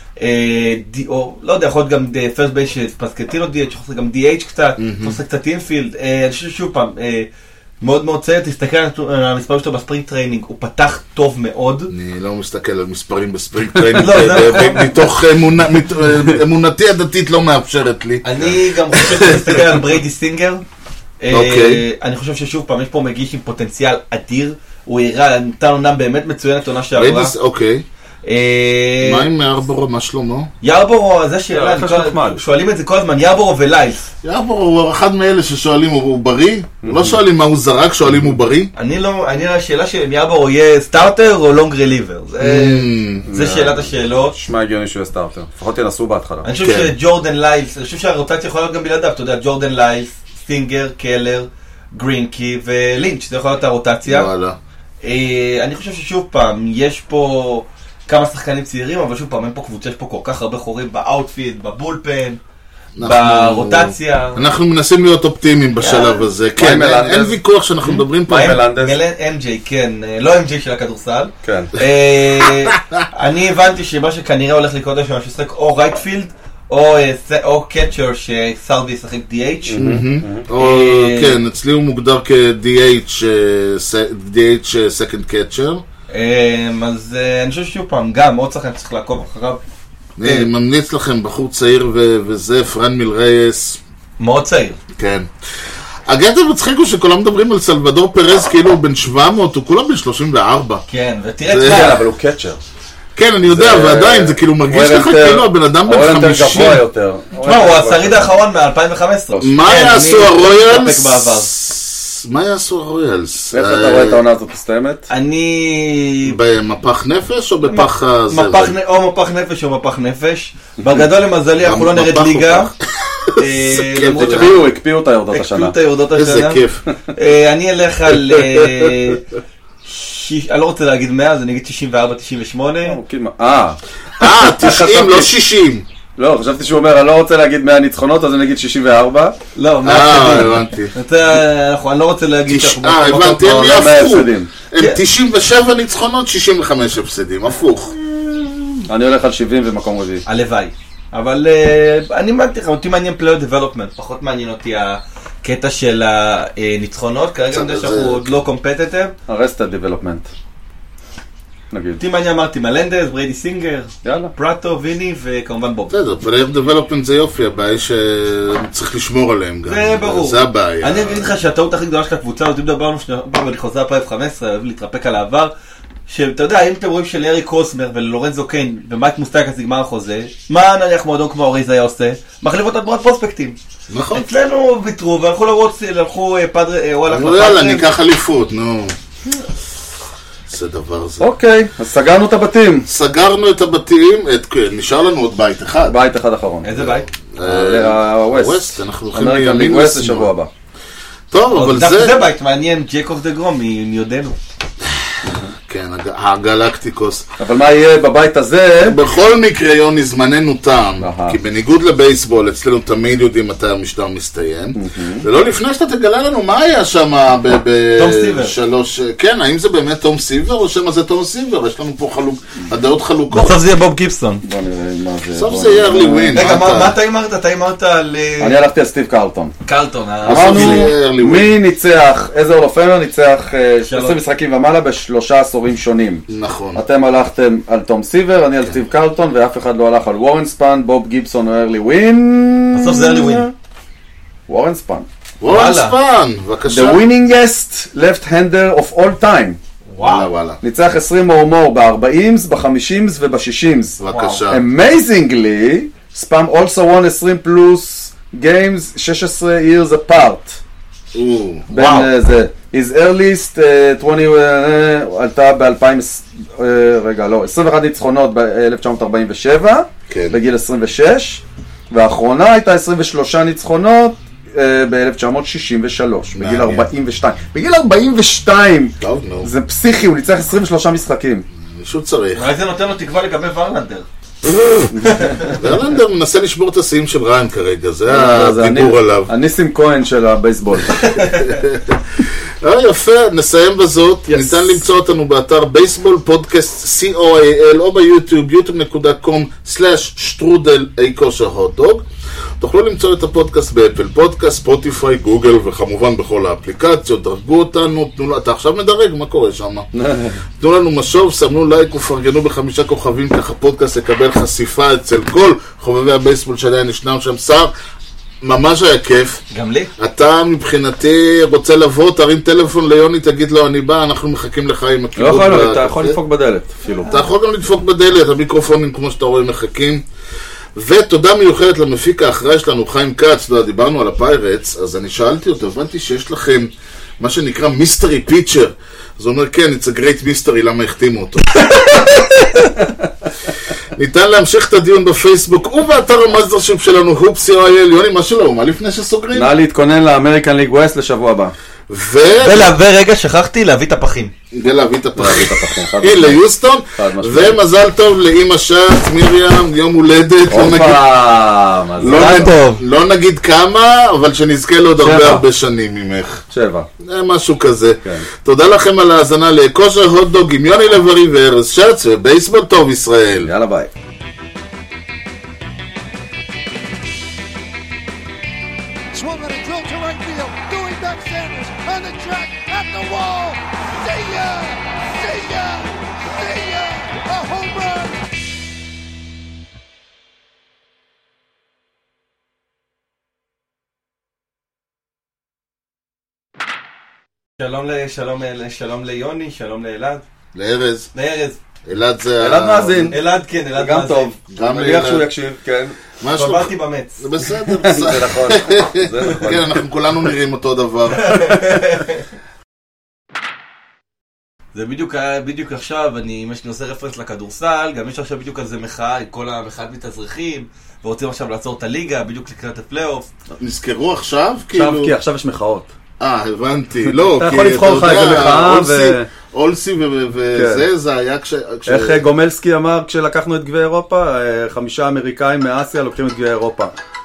לא יודע, יכול להיות גם פרסט בייס שפסקטינו DH, יכול לשחק גם DH קצת, יכול לשחק קצת אינפילד. אני חושב שוב פעם, מאוד מאוד צעיר, תסתכל על המספרים שלו בספרינג טריינינג, הוא פתח טוב מאוד. אני לא מסתכל על מספרים בספרינג טריינינג, מתוך אמונתי הדתית לא מאפשרת לי. אני גם חושב שתסתכל על בריידי סינגר. אני חושב ששוב פעם יש פה מגיש עם פוטנציאל אדיר, הוא נתן עונה באמת מצוינת עונה שעברה. אוקיי. מה עם ירבורו, מה שלמה? ירבורו, זה שאלה, שואלים את זה כל הזמן, ירבורו וליילס. ירבורו הוא אחד מאלה ששואלים הוא בריא? לא שואלים מה הוא זרק, שואלים הוא בריא? השאלה של ירבורו יהיה סטארטר או לונג רליבר, זה שאלת השאלות. שמע הגיוני שהוא יהיה סטארטר, לפחות ינסו בהתחלה. אני חושב שג'ורדן ליילס, אני חושב שהרוטציה יכולה להיות גם בלעדיו, אתה יודע, ג'ורדן ליילס, סינגר, קלר, גרינקי ולינץ', זה יכול להיות הרוטציה. אני חושב ששוב פעם, יש פה כמה שחקנים צעירים, אבל שוב פעם, אין פה קבוצה, יש פה כל כך הרבה חורים באוטפיד, בבולפן. ברוטציה. אנחנו מנסים להיות אופטימיים בשלב הזה. כן, אין ויכוח שאנחנו מדברים פה. MJ, כן. לא MJ של הכדורסל. כן. אני הבנתי שמה שכנראה הולך לקרות שם, ששחק או רייטפילד, או קאצ'ר שסלבי ישחק DH. כן, אצלי הוא מוגדר כ-DH second catcher. אז אני חושב שוב פעם, גם עוד שחקן צריך לעקוב אחריו. אני ממליץ לכם, בחור צעיר וזה, פרן מילרייס. מאוד צעיר. כן. הגדר מצחיק הוא שכולם מדברים על סלבדור פרז כאילו הוא בן 700, הוא כולם בן 34. כן, ותראה אבל הוא קאצ'ר. כן, אני יודע, ועדיין זה כאילו מרגיש לך כאילו הבן אדם בן 50. תשמע, הוא השריד האחרון מ-2015. מה יעשו הרויאלס? מה יעשו הרויאלס? איך אתה רואה את העונה הזאת מסתיימת? אני... במפח נפש או בפח... או מפח נפש או מפח נפש. בגדול למזלי, אנחנו לא נרד ליגה. הקפיאו את היורדות השנה. איזה כיף. אני אלך על... אני לא רוצה להגיד 100, אז אני אגיד 94, 98. 90, לא 60. לא, חשבתי שהוא אומר, אני לא רוצה להגיד 100 ניצחונות, אז אני אגיד 64. לא, 100 הבנתי. אני לא רוצה להגיד הבנתי, הם יפכו. הם 97 ניצחונות, 65 הפסדים, הפוך. אני הולך על 70 ומקום רביעי. הלוואי. אבל אני מעניין, אותי מעניין פלייר דבלופמנט, פחות מעניין אותי הקטע של הניצחונות, כרגע אני יודע שאנחנו עוד לא קומפטטיב. הרסטד דבלופמנט. נגיד. אותי מעניין אמרתי מלנדס, בריידי סינגר, פרטו, ויני וכמובן בוב. בסדר, פלייר דבלופמנט זה יופי, הבעיה שצריך לשמור עליהם גם. זה ברור. זה הבעיה. אני אגיד לך שהטעות הכי גדולה של הקבוצה, אותי מדברנו ואני חוזר 2015, אוהב להתרפק על העבר. שאתה יודע, אם אתם רואים שלארי קוסמר וללורנזו קיין ומייק מוסטאקס נגמר החוזה, מה נניח מועדון כמו אוריז היה עושה? מחליף אותה תמורת פרוספקטים. נכון. אצלנו ויתרו והלכו פדרי, אמרו יאללה, ניקח אליפות, נו. זה דבר זה. אוקיי, אז סגרנו את הבתים. סגרנו את הבתים, נשאר לנו עוד בית אחד. בית אחד אחרון. איזה בית? הווסט. אנחנו הולכים לימין ווסט לשבוע הבא. טוב, אבל זה... זה בית מעניין, ג'ייקוב דה גרום, מיודנו. כן, הגלקטיקוס. אבל מה יהיה בבית הזה? בכל מקרה, יוני, זמננו תם. כי בניגוד לבייסבול, אצלנו תמיד יודעים מתי המשדר מסתיים. ולא לפני שאתה תגלה לנו מה היה שם תום סיבר. כן, האם זה באמת תום סיבר או שמה זה תום סיבר? יש לנו פה הדעות חלוקות. בסוף זה יהיה בוב גיבסון. בוא נראה מה זה. בסוף זה יהיה ארלי ווין. רגע, מה אתה אמרת? אתה אמרת על... אני הלכתי על סטיב קרלטון. קרלטון. אמרנו, מי ניצח, איזה אולופנר ניצח 20 משחקים ומעלה ב3 עשורים שונים. נכון. אתם הלכתם על תום סיבר, אני על סטיב קרלטון, ואף אחד לא הלך על וורן ספן, בוב גיבסון או ארלי ווין. בסוף זה ארלי ווין. וורן ספן. וורן ספן, בבקשה. The winningest left-hander of all time. וואלה. ניצח 20 או more ב-40s, ב-50s וב-60s. בבקשה. Amazingly, ספן also won 20 plus games 16 years apart. בין זה. His earliest 20 עלתה ב-2000, רגע, לא, 21 ניצחונות ב-1947, בגיל 26, והאחרונה הייתה 23 ניצחונות ב-1963, בגיל 42. בגיל 42, זה פסיכי, הוא ניצח 23 משחקים. מישהו צריך. אולי זה נותן לו תקווה לגבי ורלנדר. ורלנדר מנסה לשבור את השיאים של ריין כרגע, זה הדיבור עליו. הניסים כהן של הבייסבול. יפה, נסיים בזאת. ניתן למצוא אותנו באתר בייסבול פודקאסט COAL או ביוטיוב, youtube.com/strudel_hotdog. תוכלו למצוא את הפודקאסט באפל פודקאסט, ספוטיפיי, גוגל וכמובן בכל האפליקציות. דרגו אותנו, אתה עכשיו מדרג, מה קורה שם? תנו לנו משוב, סמנו לייק ופרגנו ב5 כוכבים, ככה פודקאסט יקבל חשיפה אצל כל חובבי הבייסבול שעדיין ישנם שם. שר, ממש היה כיף. גם לי. אתה מבחינתי רוצה לבוא, תרים טלפון ליוני, תגיד לו אני בא, אנחנו מחכים לך עם הכיבוד. לא יכול, אתה יכול לדפוק בדלת אפילו. אתה יכול גם לדפוק בדלת, המיקרופונים כמו שאתה רואה מחכים. ותודה מיוחדת למפיק האחראי שלנו, חיים כץ. דיברנו על הפיירטס, אז אני שאלתי אותו, הבנתי שיש לכם מה שנקרא מיסטרי פיצ'ר. אז הוא אומר, כן, it's a great mystery, למה החתימו אותו? ניתן להמשיך את הדיון בפייסבוק ובאתר המאסטרשיפ שלנו, הופסי.il. יוני, מה שלא, מה לפני שסוגרים? נא להתכונן לאמריקן ליג ווסט לשבוע הבא. ורגע שכחתי להביא את הפחים. ולהביא את הפחים. ליוסטון, ומזל טוב לאמא שעת, מיריאם, יום הולדת. לא נגיד כמה, אבל שנזכה לו עוד הרבה שנים ממך. 7. משהו כזה. תודה לכם על ההאזנה לכושר הוטדוג עם יוני לב-ארי וארז שץ, ובייסבול טוב ישראל. יאללה ביי. שלום ליוני, שלום לאלעד. לארז. אלעד זה... אלעד מאזין. אלעד, כן, אלעד מאזין. גם טוב. גם מניח שהוא יקשיב, כן. קבלתי במץ. זה בסדר. זה נכון. כן, אנחנו כולנו נראים אותו דבר. זה בדיוק עכשיו, אם יש לי עושה רפרנס לכדורסל, גם יש עכשיו בדיוק על זה מחאה, כל המחאת מתאזרחים, ורוצים עכשיו לעצור את הליגה, בדיוק לקראת הפלייאוף. נזכרו עכשיו? כי עכשיו יש מחאות. הבנתי, לא, אתה יכול לבחור לך איזה מחאה אולסי וזה, זה היה איך גומלסקי אמר כשלקחנו את גביע אירופה, 5 אמריקאים מאסיה לוקחים את גביע אירופה.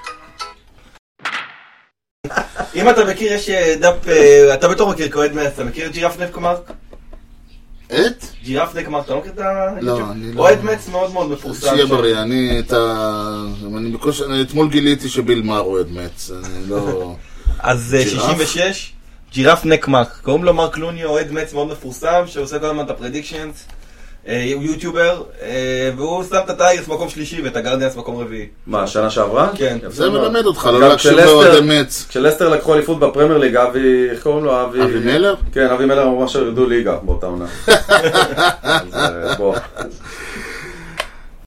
אם אתה מכיר, יש דף, אתה בטוח מכיר כועד מאס, אתה מכיר את ג'ירף נקמרק? את? ג'ירף נקמרק, אתה לא מכיר את ה... לא, אני לא... אוהד מאץ מאוד מאוד מפורסם. שיהיה בריא, אני אתמול גיליתי שביל מאר אוהד מאץ, אני לא... אז 66, ג'ירף נקמרק, קוראים לו מרק לוני, אוהד מאץ מאוד מפורסם, שעושה כל הזמן את הפרדיקשנס, הוא יוטיובר, והוא שם את הטייגרס מקום שלישי ואת הגרדיאנס מקום רביעי. מה, שנה שעברה? כן. זה מלמד אותך, לא להקשיב לאוהדי מאץ. כשלסטר לקחו אליפות בפרמייר ליג, איך קוראים לו? אבי מלר? כן, אבי מלר ממש ירדו ליגה באותה עונה. אז בוא.